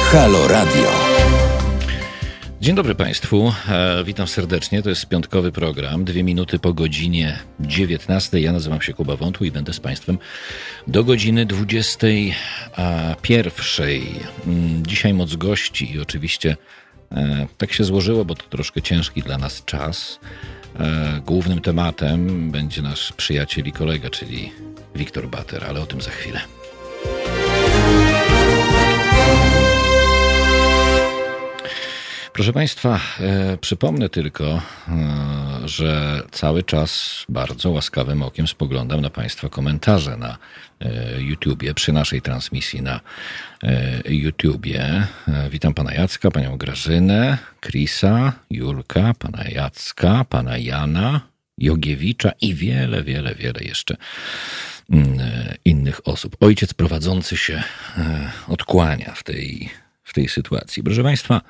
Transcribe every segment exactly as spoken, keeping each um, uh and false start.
Halo Radio. Dzień dobry Państwu, e, witam serdecznie, to jest piątkowy program, dwie minuty po godzinie dziewiętnastej. Ja nazywam się Kuba Wątły i będę z Państwem do godziny dwudziestej pierwszej. Dzisiaj moc gości i oczywiście e, tak się złożyło, bo to troszkę ciężki dla nas czas. E, głównym tematem będzie nasz przyjaciel i kolega, czyli Wiktor Bater, ale o tym za chwilę. Proszę Państwa, e, przypomnę tylko, e, że cały czas bardzo łaskawym okiem spoglądam na Państwa komentarze na e, YouTubie, przy naszej transmisji na e, YouTubie. E, witam Pana Jacka, Panią Grażynę, Krisa, Julka, Pana Jacka, Pana Jana, Jogiewicza i wiele, wiele, wiele jeszcze e, innych osób. Ojciec prowadzący się e, odkłania w tej, w tej sytuacji. Proszę Państwa,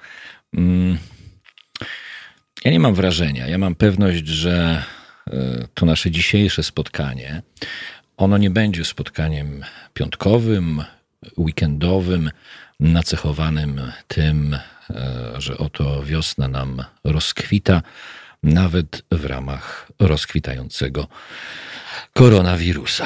ja nie mam wrażenia, ja mam pewność, że to nasze dzisiejsze spotkanie, ono nie będzie spotkaniem piątkowym, weekendowym, nacechowanym tym, że oto wiosna nam rozkwita, nawet w ramach rozkwitającego koronawirusa.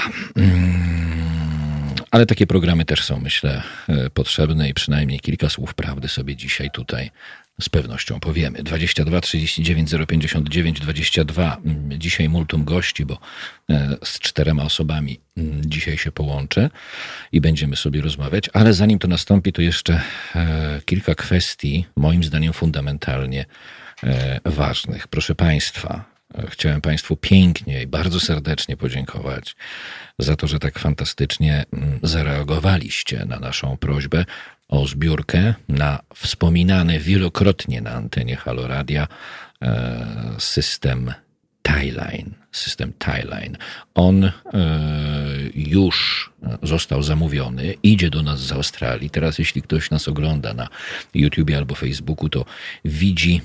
Ale takie programy też są, myślę, potrzebne i przynajmniej kilka słów prawdy sobie dzisiaj tutaj z pewnością powiemy. dwadzieścia dwa trzydzieści dziewięć zero pięćdziesiąt dziewięć dwadzieścia dwa. Dzisiaj multum gości, bo z czterema osobami dzisiaj się połączę i będziemy sobie rozmawiać. Ale zanim to nastąpi, to jeszcze kilka kwestii, moim zdaniem fundamentalnie ważnych. Proszę Państwa, chciałem Państwu pięknie i bardzo serdecznie podziękować za to, że tak fantastycznie zareagowaliście na naszą prośbę o zbiórkę na wspominany wielokrotnie na antenie Halo Radia system Timeline. System Timeline. On już został zamówiony, idzie do nas z Australii. Teraz jeśli ktoś nas ogląda na YouTubie albo Facebooku, to widzi,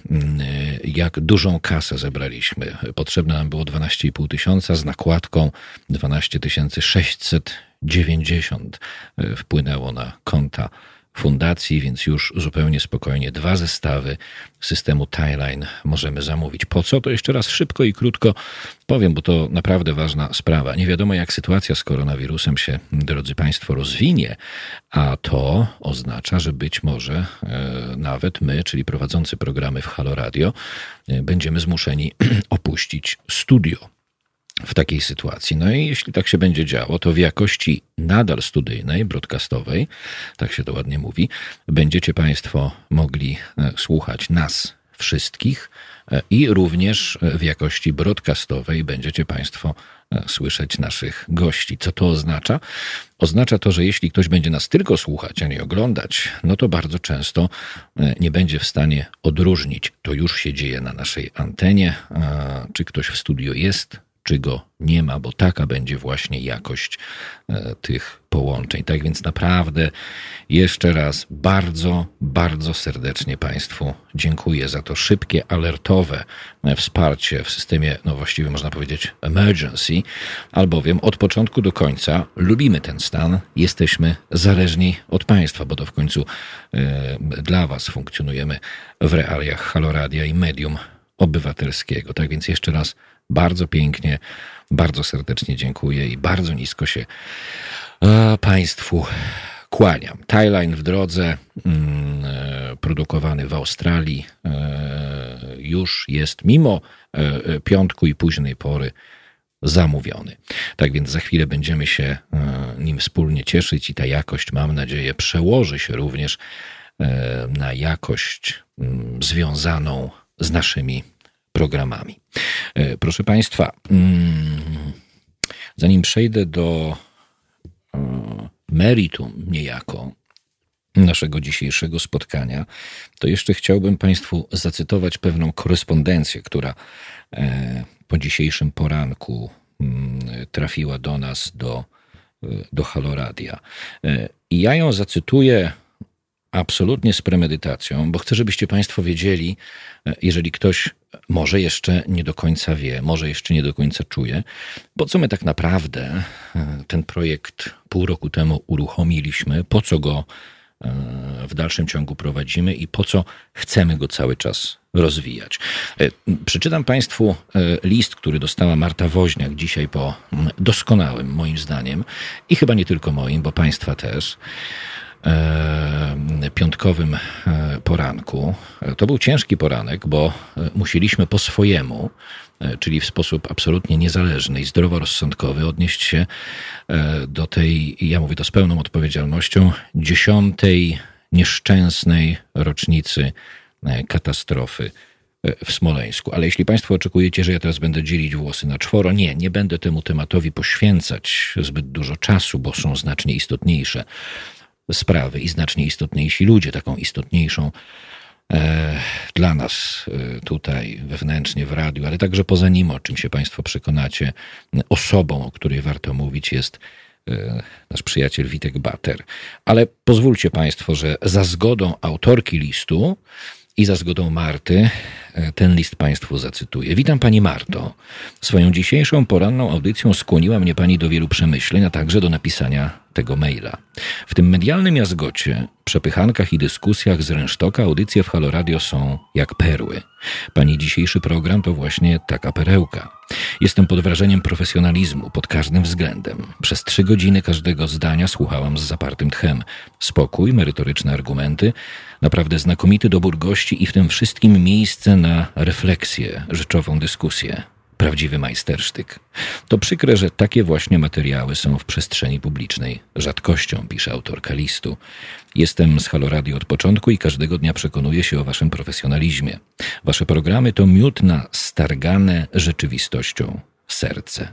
jak dużą kasę zebraliśmy. Potrzebne nam było dwanaście i pół tysiąca z nakładką dwanaście tysięcy sześćset dziewięćdziesiąt wpłynęło na konta fundacji, więc już zupełnie spokojnie dwa zestawy systemu Timeline możemy zamówić. Po co? To jeszcze raz szybko i krótko powiem, bo to naprawdę ważna sprawa. Nie wiadomo, jak sytuacja z koronawirusem się, drodzy Państwo, rozwinie, a to oznacza, że być może e, nawet my, czyli prowadzący programy w Halo Radio, e, będziemy zmuszeni opuścić studio w takiej sytuacji. No i jeśli tak się będzie działo, to w jakości nadal studyjnej, broadcastowej, tak się to ładnie mówi, będziecie Państwo mogli słuchać nas wszystkich i również w jakości broadcastowej będziecie Państwo słyszeć naszych gości. Co to oznacza? Oznacza to, że jeśli ktoś będzie nas tylko słuchać, a nie oglądać, no to bardzo często nie będzie w stanie odróżnić, to już się dzieje na naszej antenie, czy ktoś w studio jest, czy go nie ma, bo taka będzie właśnie jakość e, tych połączeń. Tak więc naprawdę jeszcze raz bardzo, bardzo serdecznie Państwu dziękuję za to szybkie, alertowe wsparcie w systemie, no właściwie można powiedzieć emergency, albowiem od początku do końca lubimy ten stan, jesteśmy zależni od Państwa, bo to w końcu e, dla Was funkcjonujemy w realiach Halo Radia i medium obywatelskiego. Tak więc jeszcze raz bardzo pięknie, bardzo serdecznie dziękuję i bardzo nisko się e, Państwu kłaniam. Timeline w drodze, mm, e, produkowany w Australii, e, już jest mimo e, piątku i późnej pory zamówiony. Tak więc za chwilę będziemy się e, nim wspólnie cieszyć i ta jakość, mam nadzieję, przełoży się również e, na jakość m, związaną z naszymi programami. Proszę Państwa, zanim przejdę do meritum niejako naszego dzisiejszego spotkania, to jeszcze chciałbym Państwu zacytować pewną korespondencję, która po dzisiejszym poranku trafiła do nas, do, do Halo Radia. I ja ją zacytuję absolutnie z premedytacją, bo chcę, żebyście Państwo wiedzieli, jeżeli ktoś może jeszcze nie do końca wie, może jeszcze nie do końca czuje, po co my tak naprawdę ten projekt pół roku temu uruchomiliśmy, po co go w dalszym ciągu prowadzimy i po co chcemy go cały czas rozwijać. Przeczytam Państwu list, który dostała Marta Woźniak dzisiaj po doskonałym, moim zdaniem, i chyba nie tylko moim, bo Państwa też, piątkowym poranku. To był ciężki poranek, bo musieliśmy po swojemu, czyli w sposób absolutnie niezależny i zdroworozsądkowy, odnieść się do tej, ja mówię to z pełną odpowiedzialnością, dziesiątej nieszczęsnej rocznicy katastrofy w Smoleńsku. Ale jeśli Państwo oczekujecie, że ja teraz będę dzielić włosy na czworo, nie, nie będę temu tematowi poświęcać zbyt dużo czasu, bo są znacznie istotniejsze sprawy i znacznie istotniejsi ludzie, taką istotniejszą e, dla nas e, tutaj wewnętrznie w radiu, ale także poza nim, o czym się Państwo przekonacie, osobą, o której warto mówić, jest e, nasz przyjaciel Witek Bater. Ale pozwólcie Państwo, że za zgodą autorki listu i za zgodą Marty ten list Państwu zacytuję. Witam Pani Marto. Swoją dzisiejszą poranną audycją skłoniła mnie Pani do wielu przemyśleń, a także do napisania tego maila. W tym medialnym jazgocie, przepychankach i dyskusjach z rynsztoka audycje w Halo Radio są jak perły. Pani dzisiejszy program to właśnie taka perełka. Jestem pod wrażeniem profesjonalizmu pod każdym względem. Przez trzy godziny każdego zdania słuchałam z zapartym tchem. Spokój, merytoryczne argumenty, naprawdę znakomity dobór gości i w tym wszystkim miejsce na refleksję, rzeczową dyskusję. Prawdziwy majstersztyk. To przykre, że takie właśnie materiały są w przestrzeni publicznej rzadkością, pisze autorka listu. Jestem z Halo Radio od początku i każdego dnia przekonuję się o waszym profesjonalizmie. Wasze programy to miód na stargane rzeczywistością serce.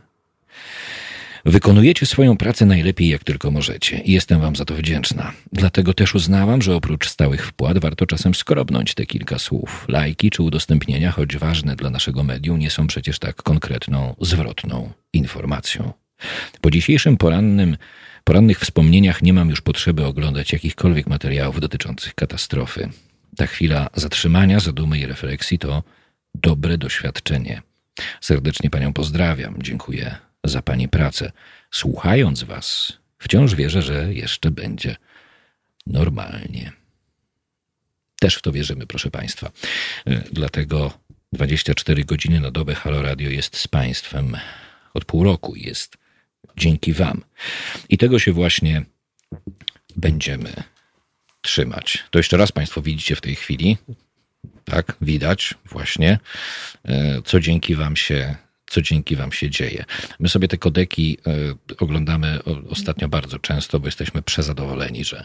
Wykonujecie swoją pracę najlepiej, jak tylko możecie i jestem wam za to wdzięczna. Dlatego też uznałam, że oprócz stałych wpłat warto czasem skrobnąć te kilka słów. Lajki czy udostępnienia, choć ważne dla naszego medium, nie są przecież tak konkretną, zwrotną informacją. Po dzisiejszym porannym, porannych wspomnieniach nie mam już potrzeby oglądać jakichkolwiek materiałów dotyczących katastrofy. Ta chwila zatrzymania, zadumy i refleksji to dobre doświadczenie. Serdecznie panią pozdrawiam. Dziękuję za pani pracę. Słuchając was, wciąż wierzę, że jeszcze będzie normalnie. Też w to wierzymy, proszę państwa. Dlatego dwadzieścia cztery godziny na dobę Halo Radio jest z państwem od pół roku. Jest dzięki wam. I tego się właśnie będziemy trzymać. To jeszcze raz państwo widzicie w tej chwili, tak, widać właśnie, co dzięki wam się co dzięki wam się dzieje. My sobie te kodeki y, oglądamy o, ostatnio bardzo często, bo jesteśmy przezadowoleni, że,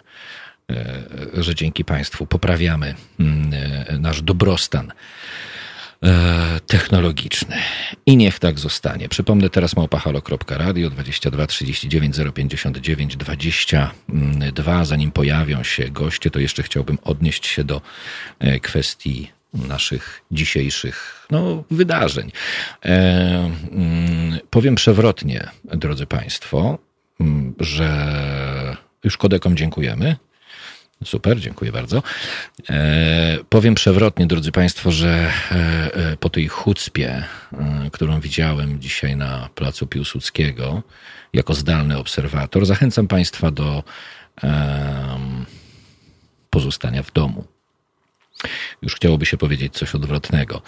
y, że dzięki państwu poprawiamy y, nasz dobrostan y, technologiczny. I niech tak zostanie. Przypomnę teraz małpa kropka radio dwadzieścia dwa trzydzieści dziewięć zero pięćdziesiąt dziewięć dwadzieścia dwa. Zanim pojawią się goście, to jeszcze chciałbym odnieść się do y, kwestii naszych dzisiejszych no, wydarzeń. E, mm, powiem przewrotnie, drodzy państwo, że już kodekom dziękujemy. Super, dziękuję bardzo. E, powiem przewrotnie, drodzy państwo, że e, po tej chucpie, e, którą widziałem dzisiaj na placu Piłsudskiego jako zdalny obserwator, zachęcam państwa do e, pozostania w domu. Już chciałoby się powiedzieć coś odwrotnego.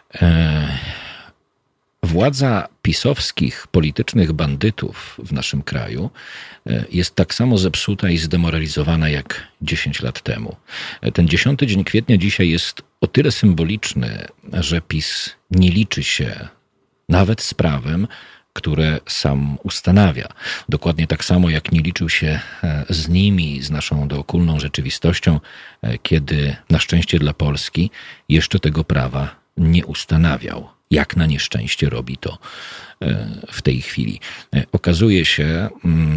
Władza pisowskich politycznych bandytów w naszym kraju jest tak samo zepsuta i zdemoralizowana jak dziesięć lat temu. Ten dziesiąty dzień kwietnia dzisiaj jest o tyle symboliczny, że PiS nie liczy się nawet z prawem, które sam ustanawia. Dokładnie tak samo, jak nie liczył się z nimi, z naszą dookólną rzeczywistością, kiedy na szczęście dla Polski jeszcze tego prawa nie ustanawiał. Jak na nieszczęście robi to w tej chwili. Okazuje się,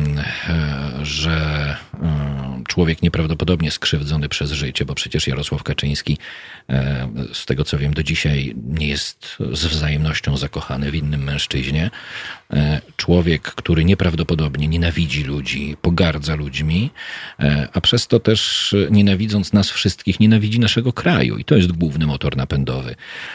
że człowiek nieprawdopodobnie skrzywdzony przez życie, bo przecież Jarosław Kaczyński, z tego co wiem, do dzisiaj nie jest z wzajemnością zakochany w innym mężczyźnie. Człowiek, który nieprawdopodobnie nienawidzi ludzi, pogardza ludźmi, a przez to też nienawidząc nas wszystkich, nienawidzi naszego kraju. I to jest główny motor napędowy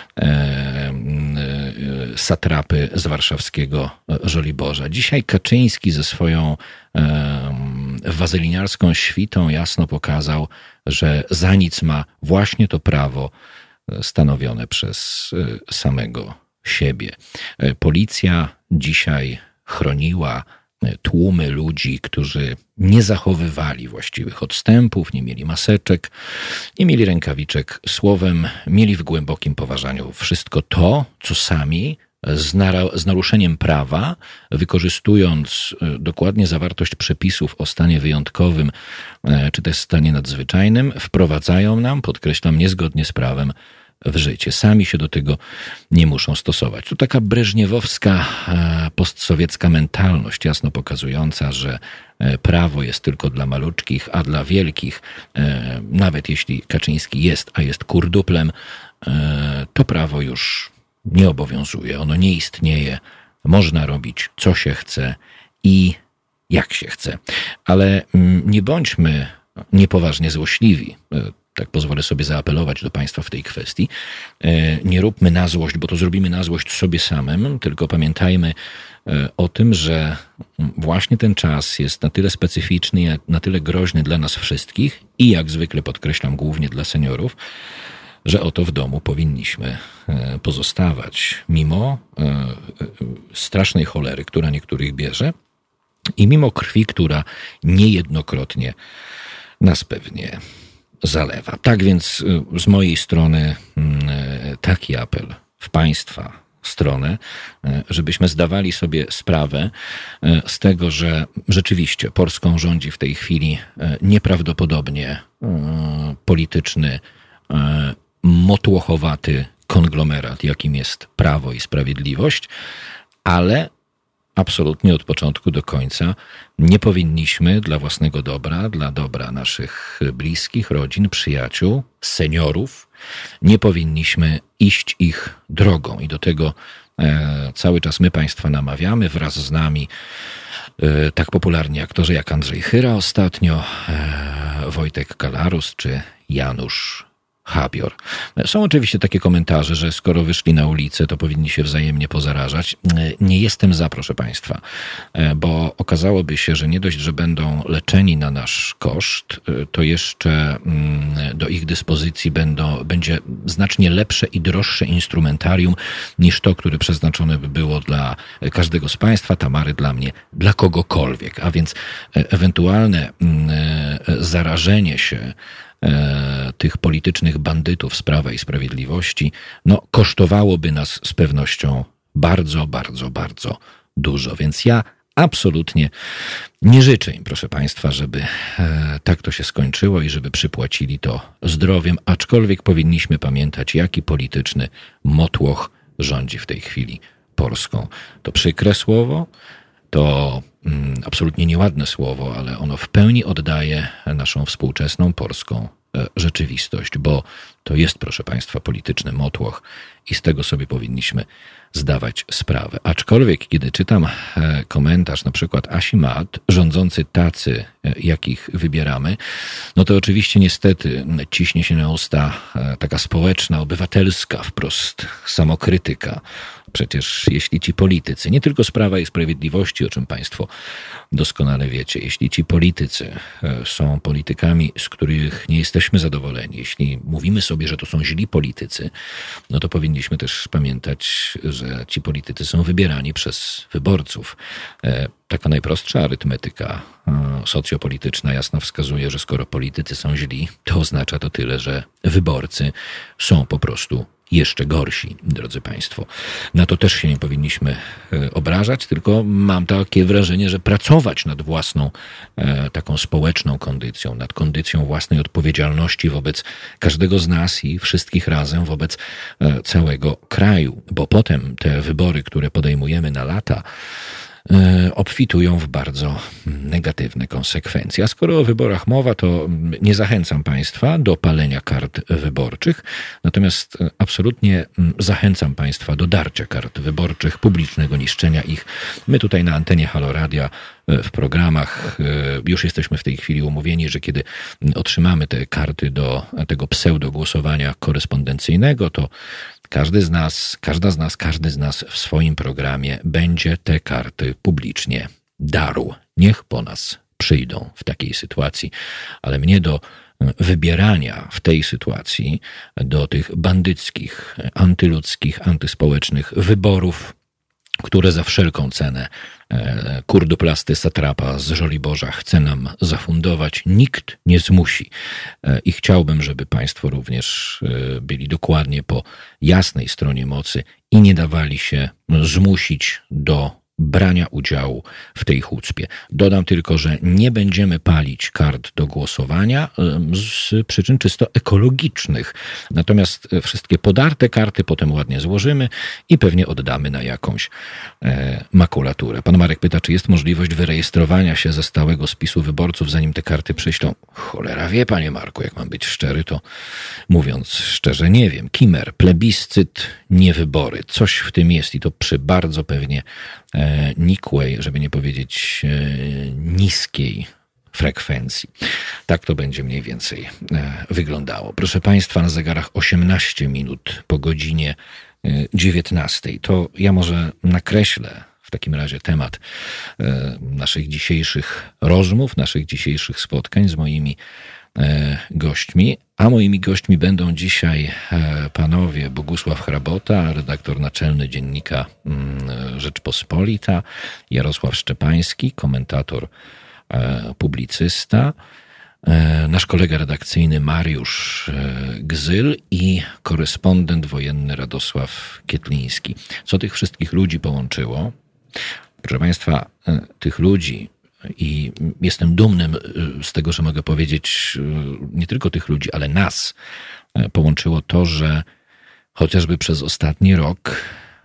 satrapy z warszawskiego Żoliborza. Dzisiaj Kaczyński ze swoją wazeliniarską świtą jasno pokazał, że za nic ma właśnie to prawo stanowione przez samego siebie. Policja dzisiaj chroniła tłumy ludzi, którzy nie zachowywali właściwych odstępów, nie mieli maseczek, nie mieli rękawiczek. Słowem, mieli w głębokim poważaniu wszystko to, co sami z, nara- z naruszeniem prawa, wykorzystując dokładnie zawartość przepisów o stanie wyjątkowym czy też stanie nadzwyczajnym, wprowadzają nam, podkreślam, niezgodnie z prawem w życie. Sami się do tego nie muszą stosować. To taka breżniewowska, postsowiecka mentalność, jasno pokazująca, że prawo jest tylko dla maluczkich, a dla wielkich, nawet jeśli Kaczyński jest, a jest kurduplem, to prawo już nie obowiązuje. Ono nie istnieje. Można robić, co się chce i jak się chce. Ale nie bądźmy niepoważnie złośliwi. Tak pozwolę sobie zaapelować do Państwa w tej kwestii. Nie róbmy na złość, bo to zrobimy na złość sobie samym, tylko pamiętajmy o tym, że właśnie ten czas jest na tyle specyficzny, na tyle groźny dla nas wszystkich i jak zwykle podkreślam głównie dla seniorów, że oto w domu powinniśmy pozostawać mimo strasznej cholery, która niektórych bierze i mimo krwi, która niejednokrotnie nas pewnie zalewa. Tak więc z mojej strony taki apel w Państwa stronę, żebyśmy zdawali sobie sprawę z tego, że rzeczywiście Polską rządzi w tej chwili nieprawdopodobnie polityczny, motłochowaty konglomerat, jakim jest Prawo i Sprawiedliwość, ale absolutnie od początku do końca nie powinniśmy dla własnego dobra, dla dobra naszych bliskich, rodzin, przyjaciół, seniorów, nie powinniśmy iść ich drogą. I do tego e, cały czas my Państwa namawiamy, wraz z nami e, tak popularni aktorzy jak Andrzej Chyra ostatnio, e, Wojtek Kalarus czy Janusz Habior. Są oczywiście takie komentarze, że skoro wyszli na ulicę, to powinni się wzajemnie pozarażać. Nie jestem za, proszę Państwa, bo okazałoby się, że nie dość, że będą leczeni na nasz koszt, to jeszcze do ich dyspozycji będą, będzie znacznie lepsze i droższe instrumentarium niż to, które przeznaczone by było dla każdego z Państwa, Tamary, dla mnie, dla kogokolwiek. A więc ewentualne zarażenie się tych politycznych bandytów z Prawa i Sprawiedliwości, no kosztowałoby nas z pewnością bardzo, bardzo, bardzo dużo. Więc ja absolutnie nie życzę im, proszę Państwa, żeby tak to się skończyło i żeby przypłacili to zdrowiem, aczkolwiek powinniśmy pamiętać, jaki polityczny motłoch rządzi w tej chwili Polską. To przykre słowo, to mm, absolutnie nieładne słowo, ale ono w pełni oddaje naszą współczesną polską e, rzeczywistość, bo to jest, proszę Państwa, polityczny motłoch i z tego sobie powinniśmy zdawać sprawę. Aczkolwiek, kiedy czytam e, komentarz na przykład Asi Mat, rządzący tacy, e, jakich wybieramy, no to oczywiście niestety ciśnie się na usta e, taka społeczna, obywatelska wprost samokrytyka. Przecież jeśli ci politycy, nie tylko z Prawa i Sprawiedliwości, o czym Państwo doskonale wiecie, jeśli ci politycy są politykami, z których nie jesteśmy zadowoleni, jeśli mówimy sobie, że to są źli politycy, no to powinniśmy też pamiętać, że ci politycy są wybierani przez wyborców. Taka najprostsza arytmetyka socjopolityczna jasno wskazuje, że skoro politycy są źli, to oznacza to tyle, że wyborcy są po prostu jeszcze gorsi, drodzy Państwo. Na to też się nie powinniśmy obrażać, tylko mam takie wrażenie, że pracować nad własną taką społeczną kondycją, nad kondycją własnej odpowiedzialności wobec każdego z nas i wszystkich razem wobec całego kraju, bo potem te wybory, które podejmujemy na lata, obfitują w bardzo negatywne konsekwencje. A skoro o wyborach mowa, to nie zachęcam Państwa do palenia kart wyborczych, natomiast absolutnie zachęcam Państwa do darcia kart wyborczych, publicznego niszczenia ich. My tutaj na antenie Halo Radia w programach już jesteśmy w tej chwili umówieni, że kiedy otrzymamy te karty do tego pseudogłosowania korespondencyjnego, to każdy z nas, każda z nas, każdy z nas w swoim programie będzie te karty publicznie darł. Niech po nas przyjdą w takiej sytuacji, ale mnie do wybierania w tej sytuacji, do tych bandyckich, antyludzkich, antyspołecznych wyborów, które za wszelką cenę kurduplasty satrapa z Żoliborza chce nam zafundować, nikt nie zmusi. I chciałbym, żeby państwo również byli dokładnie po jasnej stronie mocy i nie dawali się zmusić do brania udziału w tej chucpie. Dodam tylko, że nie będziemy palić kart do głosowania z przyczyn czysto ekologicznych. Natomiast wszystkie podarte karty potem ładnie złożymy i pewnie oddamy na jakąś e, makulaturę. Pan Marek pyta, czy jest możliwość wyrejestrowania się ze stałego spisu wyborców, zanim te karty przyślą? Cholera wie, panie Marku, jak mam być szczery, to mówiąc szczerze nie wiem. Kimer, plebiscyt, nie wybory. Coś w tym jest i to przy bardzo pewnie e, nikłej, żeby nie powiedzieć e, niskiej frekwencji. Tak to będzie mniej więcej e, wyglądało. Proszę państwa, na zegarach osiemnaście minut po godzinie e, dziewiętnastej. To ja może nakreślę w takim razie temat e, naszych dzisiejszych rozmów, naszych dzisiejszych spotkań z moimi e, gośćmi. A moimi gośćmi będą dzisiaj e, panowie Bogusław Hrabota, redaktor naczelny dziennika mm, Rzeczpospolita, Jarosław Szczepański, komentator, e, publicysta, e, nasz kolega redakcyjny Mariusz e, Gzyl i korespondent wojenny Radosław Kietliński. Co tych wszystkich ludzi połączyło? Proszę państwa, e, tych ludzi, i jestem dumny z tego, że mogę powiedzieć, nie tylko tych ludzi, ale nas połączyło to, że chociażby przez ostatni rok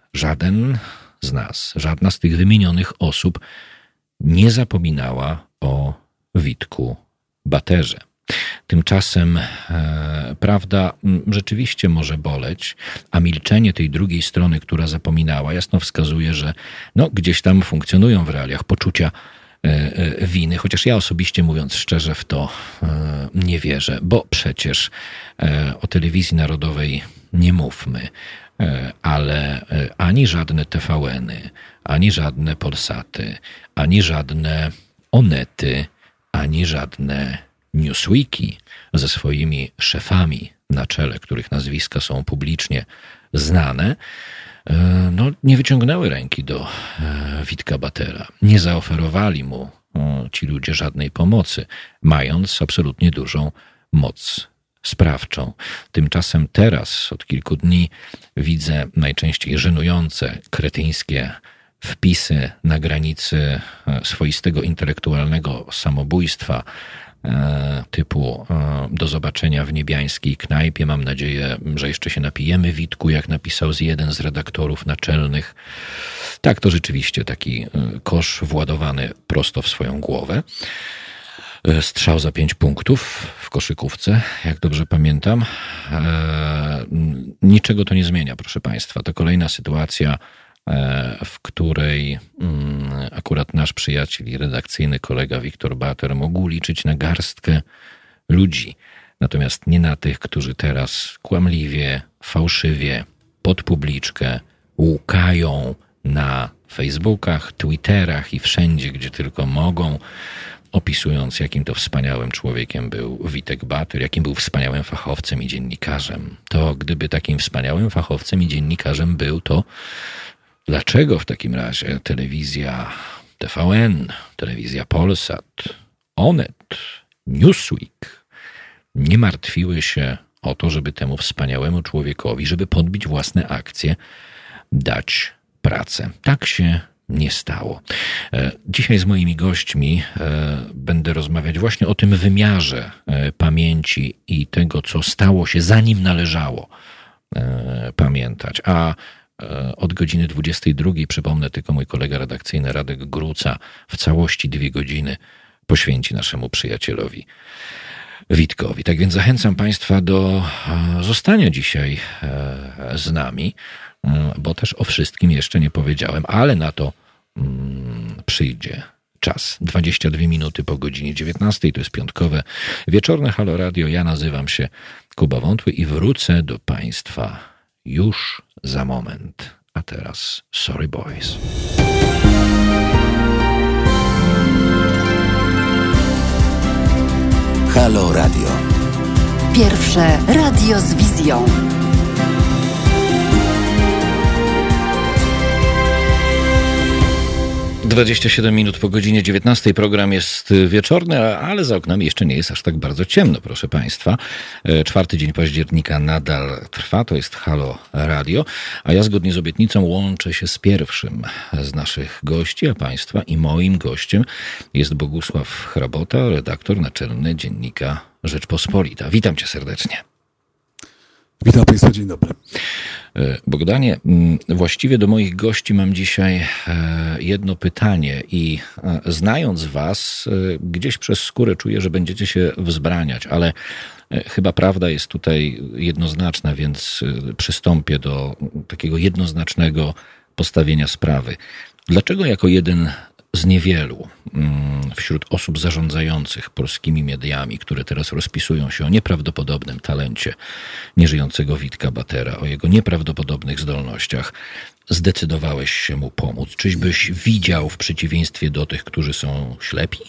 żaden z nas, żadna z tych wymienionych osób nie zapominała o Witku Baterze. Tymczasem e, prawda rzeczywiście może boleć, a milczenie tej drugiej strony, która zapominała, jasno wskazuje, że no, gdzieś tam funkcjonują w realiach poczucia winy, chociaż ja osobiście, mówiąc szczerze, w to nie wierzę, bo przecież o telewizji narodowej nie mówmy, ale ani żadne T V N-y, ani żadne Polsaty, ani żadne Onety, ani żadne Newsweeki ze swoimi szefami na czele, których nazwiska są publicznie znane, no, nie wyciągnęły ręki do Witka Batera. Nie zaoferowali mu ci ludzie żadnej pomocy, mając absolutnie dużą moc sprawczą. Tymczasem teraz, od kilku dni, widzę najczęściej żenujące, kretyńskie wpisy na granicy swoistego intelektualnego samobójstwa, typu do zobaczenia w niebiańskiej knajpie. Mam nadzieję, że jeszcze się napijemy, Witku, jak napisał z jeden z redaktorów naczelnych. Tak, to rzeczywiście taki kosz władowany prosto w swoją głowę. Strzał za pięć punktów w koszykówce, jak dobrze pamiętam. Niczego to nie zmienia, proszę państwa. To kolejna sytuacja, w której akurat nasz przyjaciel i redakcyjny kolega Wiktor Bater mógł liczyć na garstkę ludzi. Natomiast nie na tych, którzy teraz kłamliwie, fałszywie, pod publiczkę łukają na Facebookach, Twitterach i wszędzie, gdzie tylko mogą, opisując, jakim to wspaniałym człowiekiem był Witek Bater, jakim był wspaniałym fachowcem i dziennikarzem. To gdyby takim wspaniałym fachowcem i dziennikarzem był, to dlaczego w takim razie telewizja T V N, telewizja Polsat, Onet, Newsweek nie martwiły się o to, żeby temu wspaniałemu człowiekowi, żeby podbić własne akcje, dać pracę? Tak się nie stało. Dzisiaj z moimi gośćmi będę rozmawiać właśnie o tym wymiarze pamięci i tego, co stało się, zanim należało pamiętać. A od godziny dwudziestej drugiej, przypomnę tylko, mój kolega redakcyjny Radek Gruca w całości dwie godziny poświęci naszemu przyjacielowi Witkowi. Tak więc zachęcam państwa do zostania dzisiaj z nami, bo też o wszystkim jeszcze nie powiedziałem, ale na to przyjdzie czas. dwadzieścia dwie minuty po godzinie dziewiętnastej, to jest piątkowe wieczorne Halo Radio. Ja nazywam się Kuba Wątły i wrócę do państwa już za moment. A teraz Sorry Boys. Halo Radio. Pierwsze radio z wizją. dwadzieścia siedem minut po godzinie dziewiętnastej. Program jest wieczorny, ale za oknami jeszcze nie jest aż tak bardzo ciemno, proszę Państwa. Czwarty dzień października nadal trwa, to jest Halo Radio, a ja zgodnie z obietnicą łączę się z pierwszym z naszych gości, a Państwa i moim gościem jest Bogusław Hrabota, redaktor naczelny Dziennika Rzeczpospolita. Witam Cię serdecznie. Witam Państwa, dzień dobry. Bogdanie, właściwie do moich gości mam dzisiaj jedno pytanie i znając Was, gdzieś przez skórę czuję, że będziecie się wzbraniać, ale chyba prawda jest tutaj jednoznaczna, więc przystąpię do takiego jednoznacznego postawienia sprawy. Dlaczego jako jeden z niewielu wśród osób zarządzających polskimi mediami, które teraz rozpisują się o nieprawdopodobnym talencie nieżyjącego Witka Battera, o jego nieprawdopodobnych zdolnościach, zdecydowałeś się mu pomóc? Czyżbyś widział w przeciwieństwie do tych, którzy są ślepi?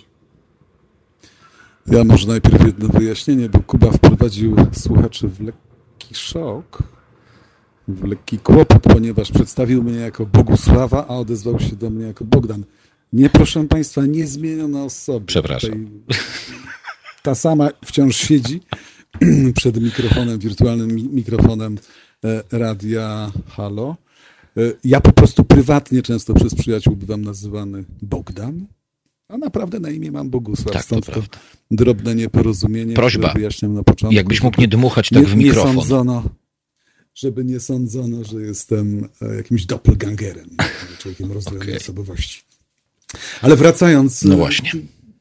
Ja może najpierw jedno wyjaśnienie, bo Kuba wprowadził słuchaczy w lekki szok, w lekki kłopot, ponieważ przedstawił mnie jako Bogusława, a odezwał się do mnie jako Bogdan. Nie, proszę Państwa, niezmieniona osoba. Przepraszam. Tutaj ta sama wciąż siedzi przed mikrofonem, wirtualnym mikrofonem radia Halo. Ja po prostu prywatnie często przez przyjaciół bywam nazywany Bogdan, a naprawdę na imię mam Bogusław. Tak, Stąd to, to drobne nieporozumienie. Prośba, wyjaśniam na początku. Jakbyś mógł nie dmuchać tak nie, w mikrofon. Nie sądzono, żeby nie sądzono, że jestem jakimś doppelgangerem, człowiekiem rozdwojonej okay. osobowości. Ale wracając... No właśnie.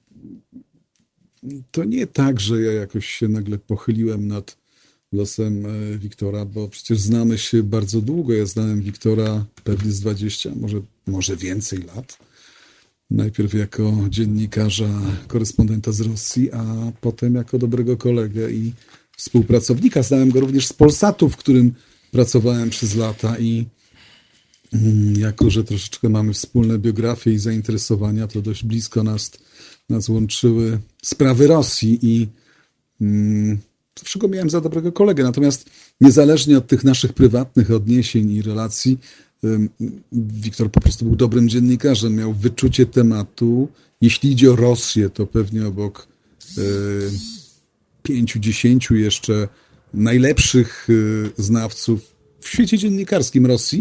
To nie tak, że ja jakoś się nagle pochyliłem nad losem Wiktora, bo przecież znamy się bardzo długo. Ja znałem Wiktora pewnie z dwadzieścia, może, może więcej lat. Najpierw jako dziennikarza, korespondenta z Rosji, a potem jako dobrego kolegę i współpracownika. Znałem go również z Polsatu, w którym pracowałem przez lata i jako że troszeczkę mamy wspólne biografie i zainteresowania, to dość blisko nas, nas łączyły sprawy Rosji i mm, zawsze go miałem za dobrego kolegę. Natomiast niezależnie od tych naszych prywatnych odniesień i relacji, ym, Wiktor po prostu był dobrym dziennikarzem, miał wyczucie tematu. Jeśli idzie o Rosję, to pewnie obok y, pięciu, dziesięciu jeszcze najlepszych y, znawców w świecie dziennikarskim Rosji,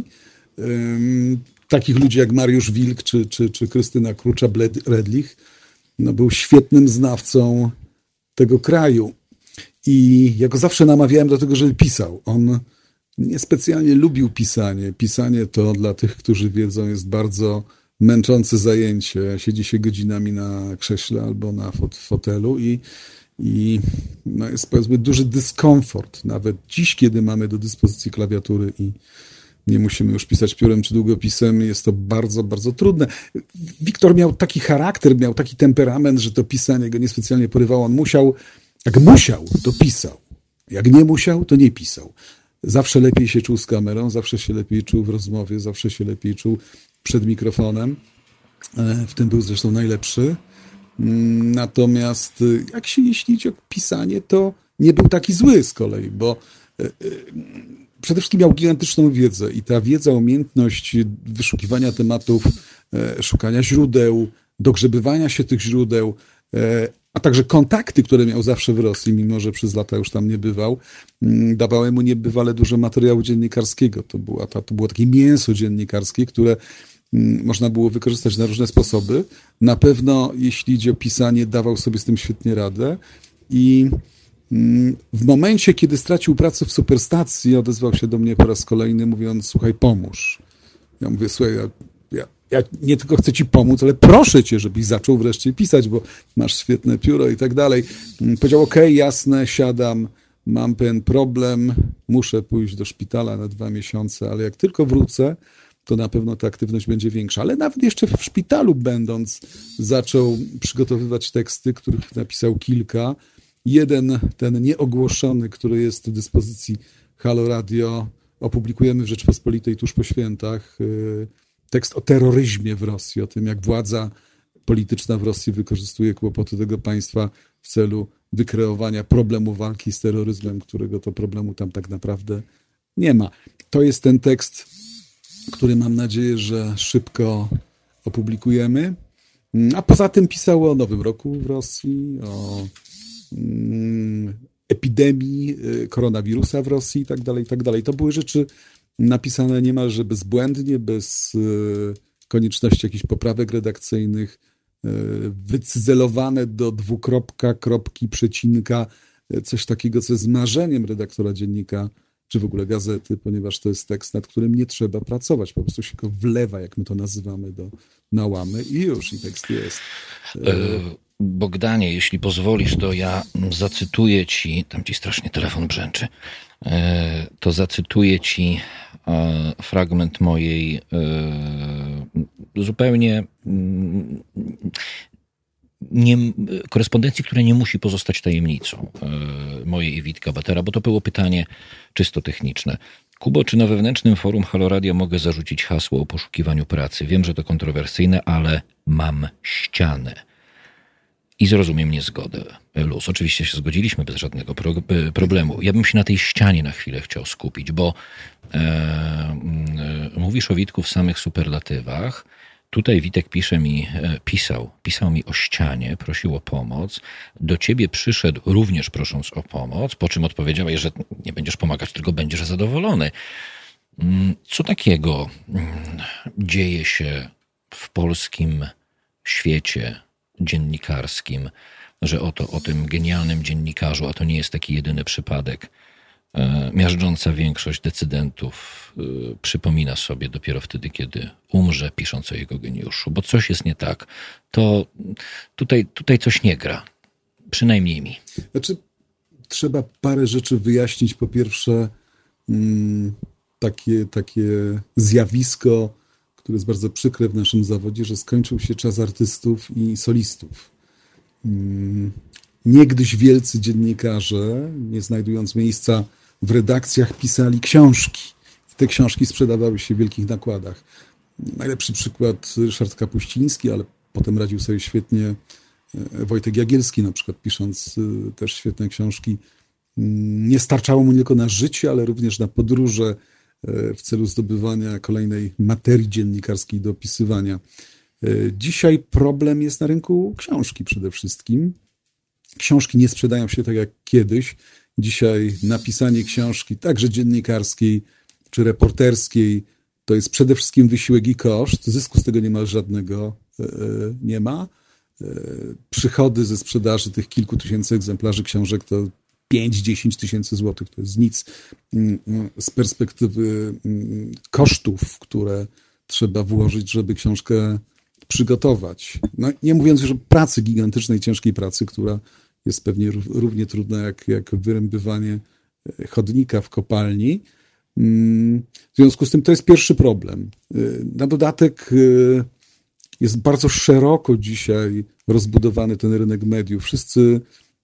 takich ludzi jak Mariusz Wilk czy, czy, czy Krystyna Krucza-Redlich, no był świetnym znawcą tego kraju. I ja go zawsze namawiałem do tego, żeby pisał. On niespecjalnie lubił pisanie. Pisanie to dla tych, którzy wiedzą, jest bardzo męczące zajęcie. Siedzi się godzinami na krześle albo na fotelu i, i no jest, powiedzmy, duży dyskomfort. Nawet dziś, kiedy mamy do dyspozycji klawiatury i nie musimy już pisać piórem czy długopisem, jest to bardzo, bardzo trudne. Wiktor miał taki charakter, miał taki temperament, że to pisanie go niespecjalnie porywało. On musiał, jak musiał, to pisał. Jak nie musiał, to nie pisał. Zawsze lepiej się czuł z kamerą, zawsze się lepiej czuł w rozmowie, zawsze się lepiej czuł przed mikrofonem. W tym był zresztą najlepszy. Natomiast jak się, jeśli idzie o pisanie, to nie był taki zły z kolei, bo przede wszystkim miał gigantyczną wiedzę i ta wiedza, umiejętność wyszukiwania tematów, szukania źródeł, dogrzebywania się tych źródeł, a także kontakty, które miał zawsze w Rosji, mimo że przez lata już tam nie bywał, dawały mu niebywale dużo materiału dziennikarskiego. To, była ta, to było takie mięso dziennikarskie, które można było wykorzystać na różne sposoby. Na pewno, jeśli idzie o pisanie, dawał sobie z tym świetnie radę i w momencie, kiedy stracił pracę w Superstacji, odezwał się do mnie po raz kolejny, mówiąc: słuchaj, pomóż. Ja mówię: słuchaj, ja, ja, ja nie tylko chcę ci pomóc, ale proszę cię, żebyś zaczął wreszcie pisać, bo masz świetne pióro i tak dalej. Powiedział: okej, okay, jasne, siadam, mam pewien problem, muszę pójść do szpitala na dwa miesiące, ale jak tylko wrócę, to na pewno ta aktywność będzie większa. Ale nawet jeszcze w szpitalu będąc, zaczął przygotowywać teksty, których napisał kilka. Jeden, ten nieogłoszony, który jest w dyspozycji Halo Radio, opublikujemy w Rzeczpospolitej tuż po świętach. Tekst o terroryzmie w Rosji, o tym, jak władza polityczna w Rosji wykorzystuje kłopoty tego państwa w celu wykreowania problemu walki z terroryzmem, którego to problemu tam tak naprawdę nie ma. To jest ten tekst, który mam nadzieję, że szybko opublikujemy. A poza tym pisał o Nowym Roku w Rosji, o mm, epidemii koronawirusa w Rosji i tak dalej, i tak dalej. To były rzeczy napisane niemalże bezbłędnie, bez y, konieczności jakichś poprawek redakcyjnych, y, wycyzelowane do dwukropka, kropki, przecinka, y, coś takiego, co jest marzeniem redaktora dziennika, czy w ogóle gazety, ponieważ to jest tekst, nad którym nie trzeba pracować. Po prostu się go wlewa, jak my to nazywamy, do nałamy i już, i tekst jest. Bogdanie, jeśli pozwolisz, to ja zacytuję ci, tam ci strasznie telefon brzęczy, to zacytuję ci fragment mojej zupełnie nie, korespondencji, która nie musi pozostać tajemnicą mojej i Witka Batera, bo to było pytanie czysto techniczne. Kubo, czy na wewnętrznym forum Halo Radio mogę zarzucić hasło o poszukiwaniu pracy? Wiem, że to kontrowersyjne, ale mam ścianę. I zrozumie mnie zgodę. Luz. Oczywiście się zgodziliśmy bez żadnego pro, problemu. Ja bym się na tej ścianie na chwilę chciał skupić, bo e, e, mówisz o Witku w samych superlatywach. Tutaj Witek pisze mi, pisał, pisał mi o ścianie, prosił o pomoc. Do ciebie przyszedł również prosząc o pomoc, po czym odpowiedziałeś, że nie będziesz pomagać, tylko będziesz zadowolony. Co takiego dzieje się w polskim świecie dziennikarskim, że oto o tym genialnym dziennikarzu, a to nie jest taki jedyny przypadek, miażdżąca większość decydentów przypomina sobie dopiero wtedy, kiedy umrze, pisząc o jego geniuszu, bo coś jest nie tak. To tutaj, tutaj coś nie gra. Przynajmniej mi. Znaczy, trzeba parę rzeczy wyjaśnić. Po pierwsze, takie, takie zjawisko, które jest bardzo przykre w naszym zawodzie, że skończył się czas artystów i solistów. Niegdyś wielcy dziennikarze, nie znajdując miejsca w redakcjach, pisali książki. Te książki sprzedawały się w wielkich nakładach. Najlepszy przykład Ryszard Kapuściński, ale potem radził sobie świetnie Wojtek Jagielski, na przykład, pisząc też świetne książki. Nie starczało mu nie tylko na życie, ale również na podróże w celu zdobywania kolejnej materii dziennikarskiej do opisywania. Dzisiaj problem jest na rynku książki przede wszystkim. Książki nie sprzedają się tak jak kiedyś. Dzisiaj napisanie książki, także dziennikarskiej czy reporterskiej, to jest przede wszystkim wysiłek i koszt. Zysku z tego niemal żadnego nie ma. Przychody ze sprzedaży tych kilku tysięcy egzemplarzy książek to pięć dziesięć tysięcy złotych. To jest nic z perspektywy kosztów, które trzeba włożyć, żeby książkę przygotować. No, nie mówiąc już o pracy gigantycznej, ciężkiej pracy, która jest pewnie równie trudna jak, jak wyrębywanie chodnika w kopalni. W związku z tym to jest pierwszy problem. Na dodatek jest bardzo szeroko dzisiaj rozbudowany ten rynek mediów. Wszyscy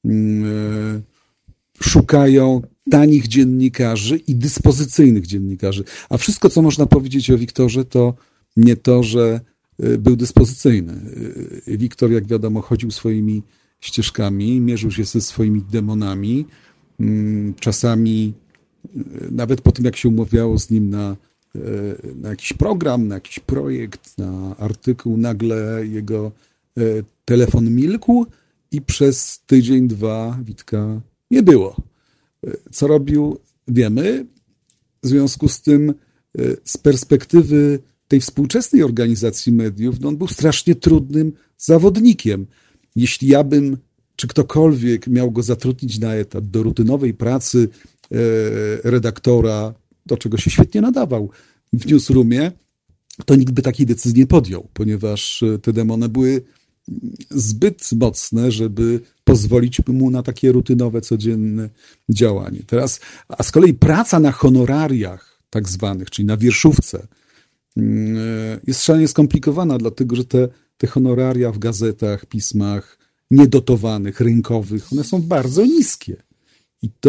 szukają tanich dziennikarzy i dyspozycyjnych dziennikarzy. A wszystko, co można powiedzieć o Wiktorze, to nie to, że był dyspozycyjny. Wiktor, jak wiadomo, chodził swoimi ścieżkami, mierzył się ze swoimi demonami. Czasami nawet po tym, jak się umawiało z nim na, na jakiś program, na jakiś projekt, na artykuł, nagle jego telefon milkł i przez tydzień, dwa Witka nie było. Co robił, wiemy. W związku z tym z perspektywy tej współczesnej organizacji mediów, no on był strasznie trudnym zawodnikiem. Jeśli ja bym, czy ktokolwiek miał go zatrudnić na etat do rutynowej pracy e, redaktora, do czego się świetnie nadawał w newsroomie, to nikt by takiej decyzji nie podjął, ponieważ te demony były zbyt mocne, żeby pozwolić mu na takie rutynowe, codzienne działanie. Teraz, a z kolei praca na honorariach tak zwanych, czyli na wierszówce, jest szalenie skomplikowana, dlatego że te, te honoraria w gazetach, pismach niedotowanych, rynkowych, one są bardzo niskie. I to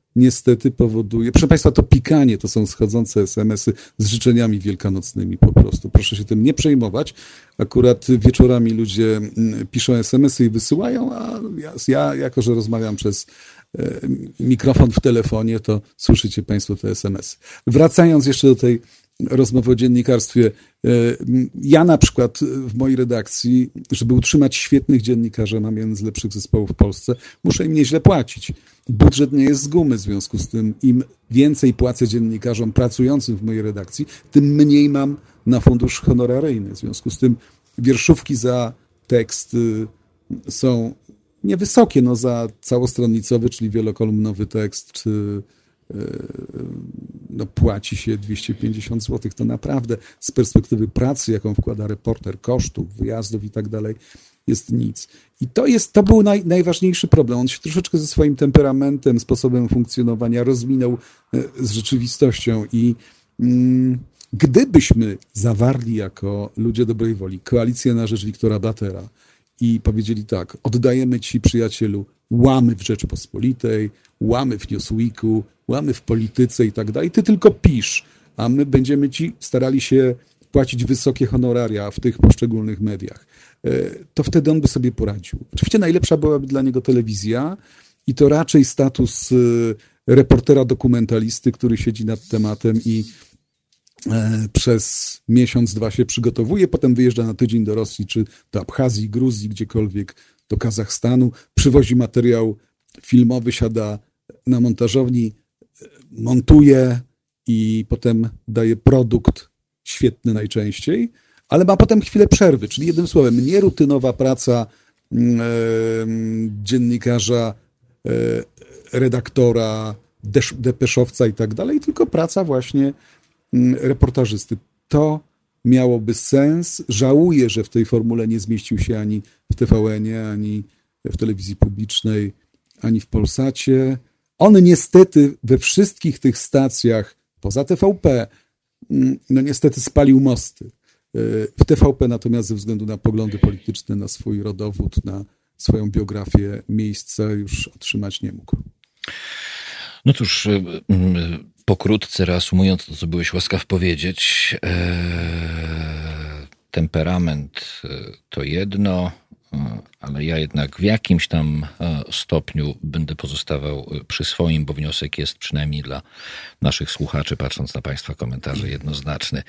niestety powoduje, proszę Państwa, to pikanie, to są schodzące es em esy z życzeniami wielkanocnymi po prostu. Proszę się tym nie przejmować. Akurat wieczorami ludzie piszą es em esy i wysyłają, a ja, ja jako, że rozmawiam przez e, mikrofon w telefonie, to słyszycie Państwo te es em esy. Wracając jeszcze do tej rozmowy o dziennikarstwie. Ja na przykład w mojej redakcji, żeby utrzymać świetnych dziennikarzy, mam jeden z lepszych zespołów w Polsce, muszę im nieźle płacić. Budżet nie jest z gumy, w związku z tym im więcej płacę dziennikarzom pracującym w mojej redakcji, tym mniej mam na fundusz honoraryjny. W związku z tym wierszówki za tekst są niewysokie, no za całostronnicowy, czyli wielokolumnowy tekst, no płaci się dwieście pięćdziesiąt złotych. To naprawdę z perspektywy pracy, jaką wkłada reporter, kosztów, wyjazdów i tak dalej, jest nic. I to jest, to był naj, najważniejszy problem. On się troszeczkę ze swoim temperamentem, sposobem funkcjonowania rozminął z rzeczywistością i mm, gdybyśmy zawarli jako ludzie dobrej woli koalicję na rzecz Wiktora Batera i powiedzieli tak, oddajemy ci, przyjacielu, łamy w Rzeczpospolitej, łamy w Newsweeku, łamy w Polityce i tak dalej. Ty tylko pisz, a my będziemy ci starali się płacić wysokie honoraria w tych poszczególnych mediach. To wtedy on by sobie poradził. Oczywiście najlepsza byłaby dla niego telewizja i to raczej status reportera dokumentalisty, który siedzi nad tematem i przez miesiąc, dwa się przygotowuje, potem wyjeżdża na tydzień do Rosji, czy do Abchazji, Gruzji, gdziekolwiek, do Kazachstanu, przywozi materiał filmowy, siada na montażowni, montuje i potem daje produkt świetny najczęściej, ale ma potem chwilę przerwy, czyli jednym słowem nierutynowa praca e, dziennikarza, e, redaktora, desz, depeszowca i tak dalej, tylko praca właśnie reportażysty. To miałoby sens. Żałuję, że w tej formule nie zmieścił się ani w T V N-ie, ani w telewizji publicznej, ani w Polsacie. On niestety we wszystkich tych stacjach, poza T V P, no niestety spalił mosty. W T V P natomiast ze względu na poglądy polityczne, na swój rodowód, na swoją biografię miejsca już otrzymać nie mógł. No cóż, pokrótce reasumując to, co byłeś łaskaw powiedzieć, e, temperament to jedno, ale ja jednak w jakimś tam stopniu będę pozostawał przy swoim, bo wniosek jest przynajmniej dla naszych słuchaczy, patrząc na Państwa komentarze, jednoznaczny.